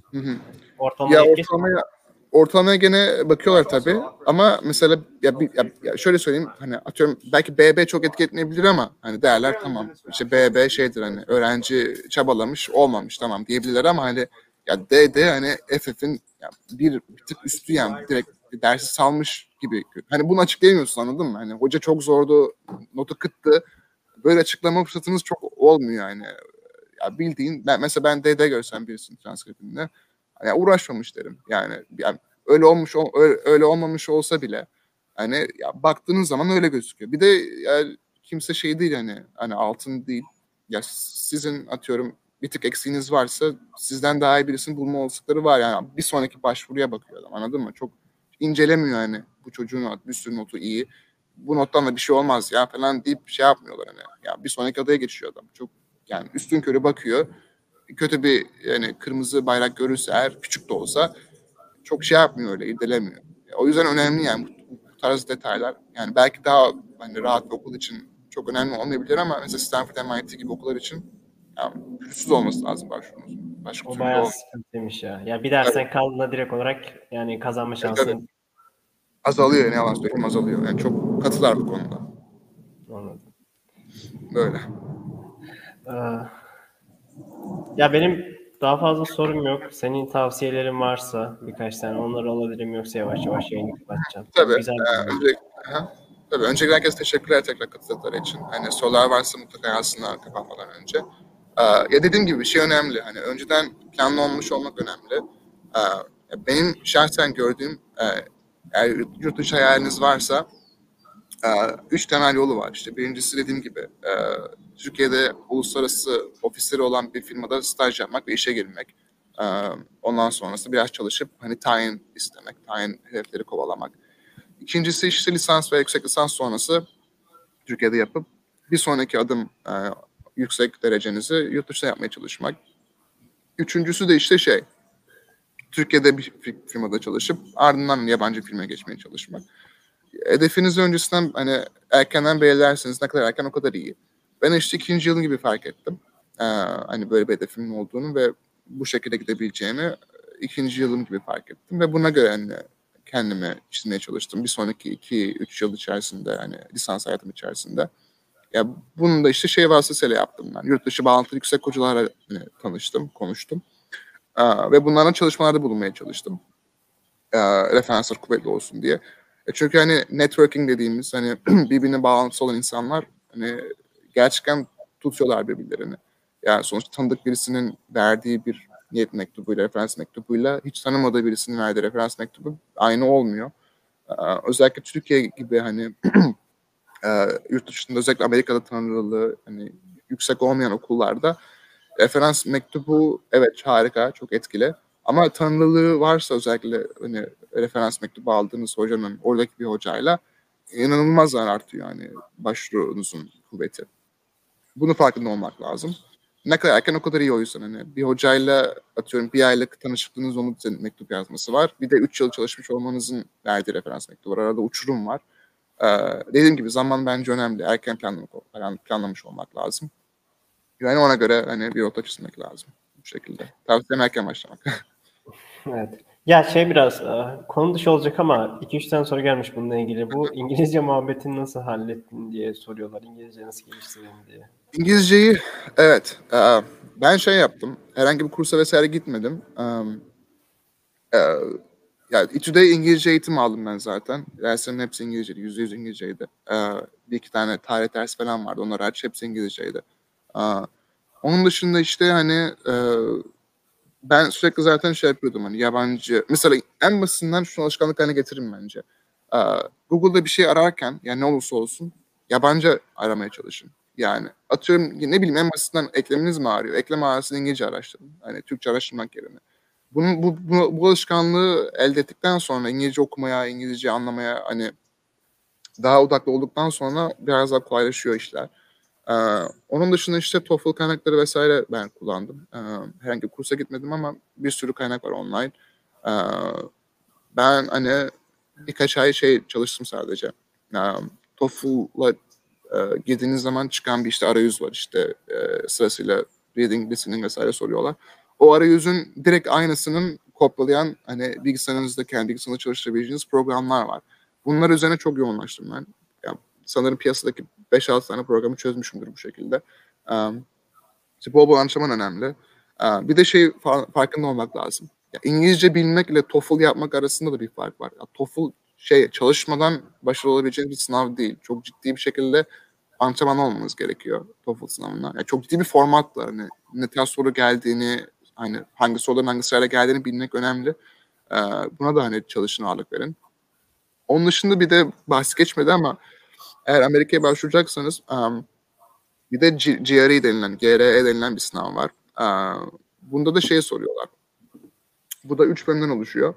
Hı hı. Ortalama Ya net geç. ortalamaya ortalamaya gene bakıyorlar tabii ama mesela ya, bir, ya, ya şöyle söyleyeyim hani atıyorum belki B B çok etki etmeyebilir ama hani değerler tamam işte B B şeydir hani öğrenci çabalamış olmamış tamam diyebilirler ama hani ya D D hani F F'in ya bir, bir tık üstü yani direkt bir dersi salmış gibi. Hani bunu açıklayamıyorsun anladın mı? Hani hoca çok zordu, notu kıttı. Böyle açıklama fırsatınız çok olmuyor yani. Ya bildiğin ben mesela ben D D görsem birisinin transkriptinde yani uğraşmamış derim. Yani, yani öyle olmuş öyle, öyle olmamış olsa bile hani ya baktığınız zaman öyle gözüküyor. Bir de yani kimse şey değil hani hani altın değil. Ya sizin atıyorum bir tık eksiğiniz varsa sizden daha iyi birisini bulma olasılıkları var yani bir sonraki başvuruya bakıyor adam anladın mı? Çok incelemiyor yani bu çocuğun bir sürü notu iyi. Bu nottan da bir şey olmaz ya falan deyip şey yapmıyorlar hani. Ya bir sonraki adaya geçiyor adam. Çok yani üstünkörü bakıyor. Kötü bir yani kırmızı bayrak görürse eğer küçük de olsa çok şey yapmıyor öyle irdelemiyor. O yüzden önemli yani bu, bu tarz detaylar. Yani belki daha hani rahat bir okul için çok önemli olmayabilir ama mesela Stanford M I T gibi okullar için yani pürüzsüz olması lazım başvurunuzun. Başka O türlü bayağı olmuyor. sıkıntıymış ya. Ya bir Tabii, dersten kaldığında direkt olarak yani kazanma tabii, tabii. şansın Azalıyor ne yalan söyleyeyim azalıyor. Yani çok katılar bu konuda. anladım. Böyle. Ee, Ya benim daha fazla sorum yok. Senin tavsiyelerin varsa birkaç tane onları alabilirim yoksa yavaş yavaş yayını kapatacağım. Tabii. Güzel E, bir bölümdü. öncelik, aha, tabii. Öncelikle herkese teşekkürler tekrar katıldıkları için. Hani sorular varsa mutlaka yazsınlar kapanmadan önce. E, ya dediğim gibi bir şey önemli. Hani önceden planlı olmuş olmak önemli. E, benim şahsen gördüğüm e, eğer yurt dışı hayaliniz varsa e, üç temel yolu var. İşte birincisi dediğim gibi e, Türkiye'de uluslararası ofisleri olan bir firmada staj yapmak ve işe girmek. E, ondan sonrası biraz çalışıp hani tayin istemek, tayin hedefleri kovalamak. İkincisi işte lisans ve yüksek lisans sonrası Türkiye'de yapıp bir sonraki adım e, yüksek derecenizi yurt dışında yapmaya çalışmak. Üçüncüsü de işte şey, Türkiye'de bir firmada çalışıp ardından yabancı firmaya geçmeye çalışmak. Hedefinizi öncesinden hani erkenden belirlerseniz ne kadar erken o kadar iyi. Ben işte ikinci yılın gibi fark ettim. Ee, hani böyle bir hedefimin olduğunu ve bu şekilde gidebileceğimi ikinci yılım gibi fark ettim ve buna göre hani kendimi çizmeye çalıştım. Bir sonraki iki üç yıl içerisinde hani lisans hayatım içerisinde. Ya bunu da işte şey vasıtasıyla yaptım ben. Yurt dışı bağlantılı yüksek hocalarla hani, tanıştım, konuştum. Ee, ve bunlarla çalışmalarda bulunmaya çalıştım. Ee, referanslar kuvvetli olsun diye. E çünkü hani networking dediğimiz hani birbirine bağlantısı olan insanlar hani gerçekten tutuyorlar birbirlerini. Yani sonuçta tanıdık birisinin verdiği bir niyet mektubuyla, referans mektubuyla hiç tanımadığı birisinin verdiği referans mektubu aynı olmuyor. Ee, özellikle Türkiye gibi hani e, yurt dışında özellikle Amerika'da tanınırlığı hani yüksek olmayan okullarda referans mektubu evet harika, çok etkili. Ama tanınırlığı varsa özellikle hani referans mektubu aldığınız hocanın oradaki bir hocayla inanılmaz artıyor yani başvurunuzun kuvveti. Bunu farkında olmak lazım. Ne kadar erken o kadar iyi o yüzden hani bir hocayla atıyorum bir aylık tanışıklığınız onun size mektup yazması var. Bir de üç yıl çalışmış olmanızın verdiği referans mektubu var. Arada uçurum var. Ee, dediğim gibi zaman bence önemli. Erken planlamak, planlamış olmak lazım. Yani ona göre hani bir rota çizmek lazım. Bu şekilde. Tavsiyem erken başlamak. Evet. Ya şey biraz e, konu dışı olacak ama iki üç tane soru gelmiş bununla ilgili. Bu İngilizce muhabbetini nasıl hallettin diye soruyorlar. İngilizce nasıl geliştirdin diye. İngilizceyi evet. e, ben şey yaptım. Herhangi bir kursa vesaire gitmedim. Um, e, yani İTÜ'de İngilizce eğitim aldım ben zaten. Derslerin hepsi İngilizceydi. Yüzde yüz İngilizceydi. E, bir iki tane tarih dersi falan vardı. Onlar hariç hepsi İngilizceydi. E, onun dışında işte hani e, ben sürekli zaten şey yapıyordum hani yabancı. Mesela en basitinden şu alışkanlık haline getirin bence. Ee, Google'da bir şey ararken yani ne olursa olsun yabancı aramaya çalışın. Yani atıyorum ne bileyim en basitinden ekleminiz mi ağrıyor? Eklem ağrısını İngilizce araştırın. Hani Türkçe araştırmak yerine. Bunun, bu, bu, bu alışkanlığı elde ettikten sonra İngilizce okumaya, İngilizce anlamaya hani daha odaklı olduktan sonra biraz daha kolaylaşıyor işler. Ee, onun dışında işte TOEFL kaynakları vesaire ben kullandım. Ee, herhangi bir kursa gitmedim ama bir sürü kaynak var online. Ee, ben hani birkaç ay şey çalıştım sadece. Ee, TOEFL'la e, girdiğiniz zaman çıkan bir işte arayüz var işte e, sırasıyla reading, listening vesaire soruyorlar. o arayüzün direkt aynısının kopyalayan hani bilgisayarınızda kendi bilgisayarınızda çalıştırabileceğiniz programlar var. Bunlar üzerine çok yoğunlaştım ben. Yani sanırım piyasadaki beş altı tane programı çözmüşümdür bu şekilde. Um, işte bol bol antrenman önemli. Uh, bir de şey farkında olmak lazım. Ya İngilizce bilmek ile TOEFL yapmak arasında da bir fark var. Ya TOEFL şey çalışmadan başarılı olabileceğiniz bir sınav değil. Çok ciddi bir şekilde antrenman olmanız gerekiyor TOEFL sınavına. Yani çok ciddi bir formatla hani ne tarz soru geldiğini, hani hangi soruların hangi sırayla geldiğini bilmek önemli. Ee, buna da hani çalışın, ağırlık verin. Onun dışında bir de bahsi geçmedi ama eğer Amerika'ya başvuracaksanız um, bir de G- GRE denilen, G R E denilen bir sınav var. Ee, bunda da şey soruyorlar. Bu da üç bölümden oluşuyor.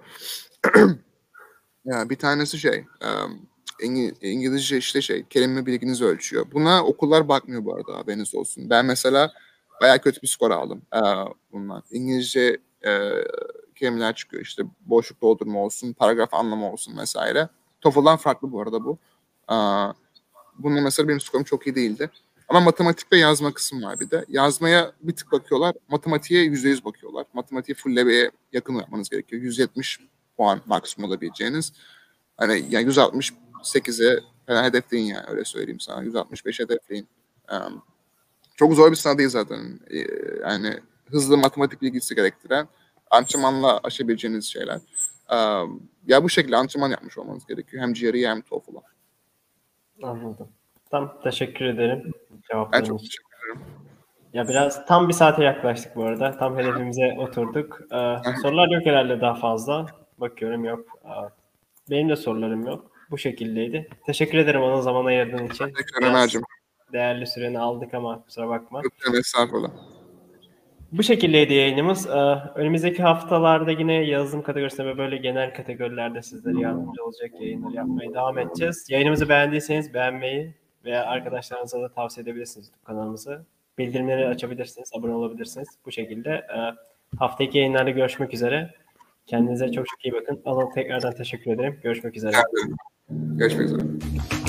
Yani bir tanesi şey, um, İngi- İngilizce işte şey, kelime bilginizi ölçüyor. Buna okullar bakmıyor bu arada, haberiniz olsun. Ben mesela bayağı kötü bir skor aldım ee, bundan. İngilizce e, kelimeler çıkıyor işte, boşluk doldurma olsun, paragraf anlamı olsun vesaire. TOEFL'dan farklı bu arada bu. Aa, bununla mesela benim skorum çok iyi değildi. Ama matematik ve yazma kısmı var bir de. Yazmaya bir tık bakıyorlar, matematiğe yüzde yüz bakıyorlar. Matematiği full level'e yakın yapmanız gerekiyor. yüz yetmiş puan maksimum alabileceğiniz. Hani yani yüz altmış sekize falan hedefleyin, yani öyle söyleyeyim sana. yüz altmış beş hedefleyin. Um, çok zor bir sınav değil zaten. Ee, yani hızlı matematik bilgisi gerektiren, antrenmanla aşabileceğiniz şeyler. Um, ya bu şekilde antrenman yapmış olmanız gerekiyor. Hem G R E hem TOEFL'a. Anladım. Tamam, teşekkür ederim Ben cevapların çok için. teşekkür ederim. Ya biraz tam bir saate yaklaştık bu arada. Tam hedefimize oturduk. Ee, sorular yok herhalde daha fazla. Bakıyorum yok. Aa, benim de sorularım yok. Bu şekildeydi. Teşekkür ederim ona zaman ayırdığın için. Tekrar Biraz Ömer'cim. değerli süreni aldık ama kusura bakma. Öpüyorum, estağfurullah. Bu şekildeydi yayınımız. Ee, önümüzdeki haftalarda yine yazılım kategorisinde ve böyle genel kategorilerde sizlere yardımcı olacak yayınları yapmaya devam edeceğiz. Yayınımızı beğendiyseniz beğenmeyi veya arkadaşlarınıza da tavsiye edebilirsiniz YouTube kanalımızı. Bildirimleri açabilirsiniz, abone olabilirsiniz. Bu şekilde e, haftaki yayınlarda görüşmek üzere. Kendinize çok çok iyi bakın. Anıl, tekrardan teşekkür ederim. Görüşmek üzere. Rica ederim. Görüşmek üzere.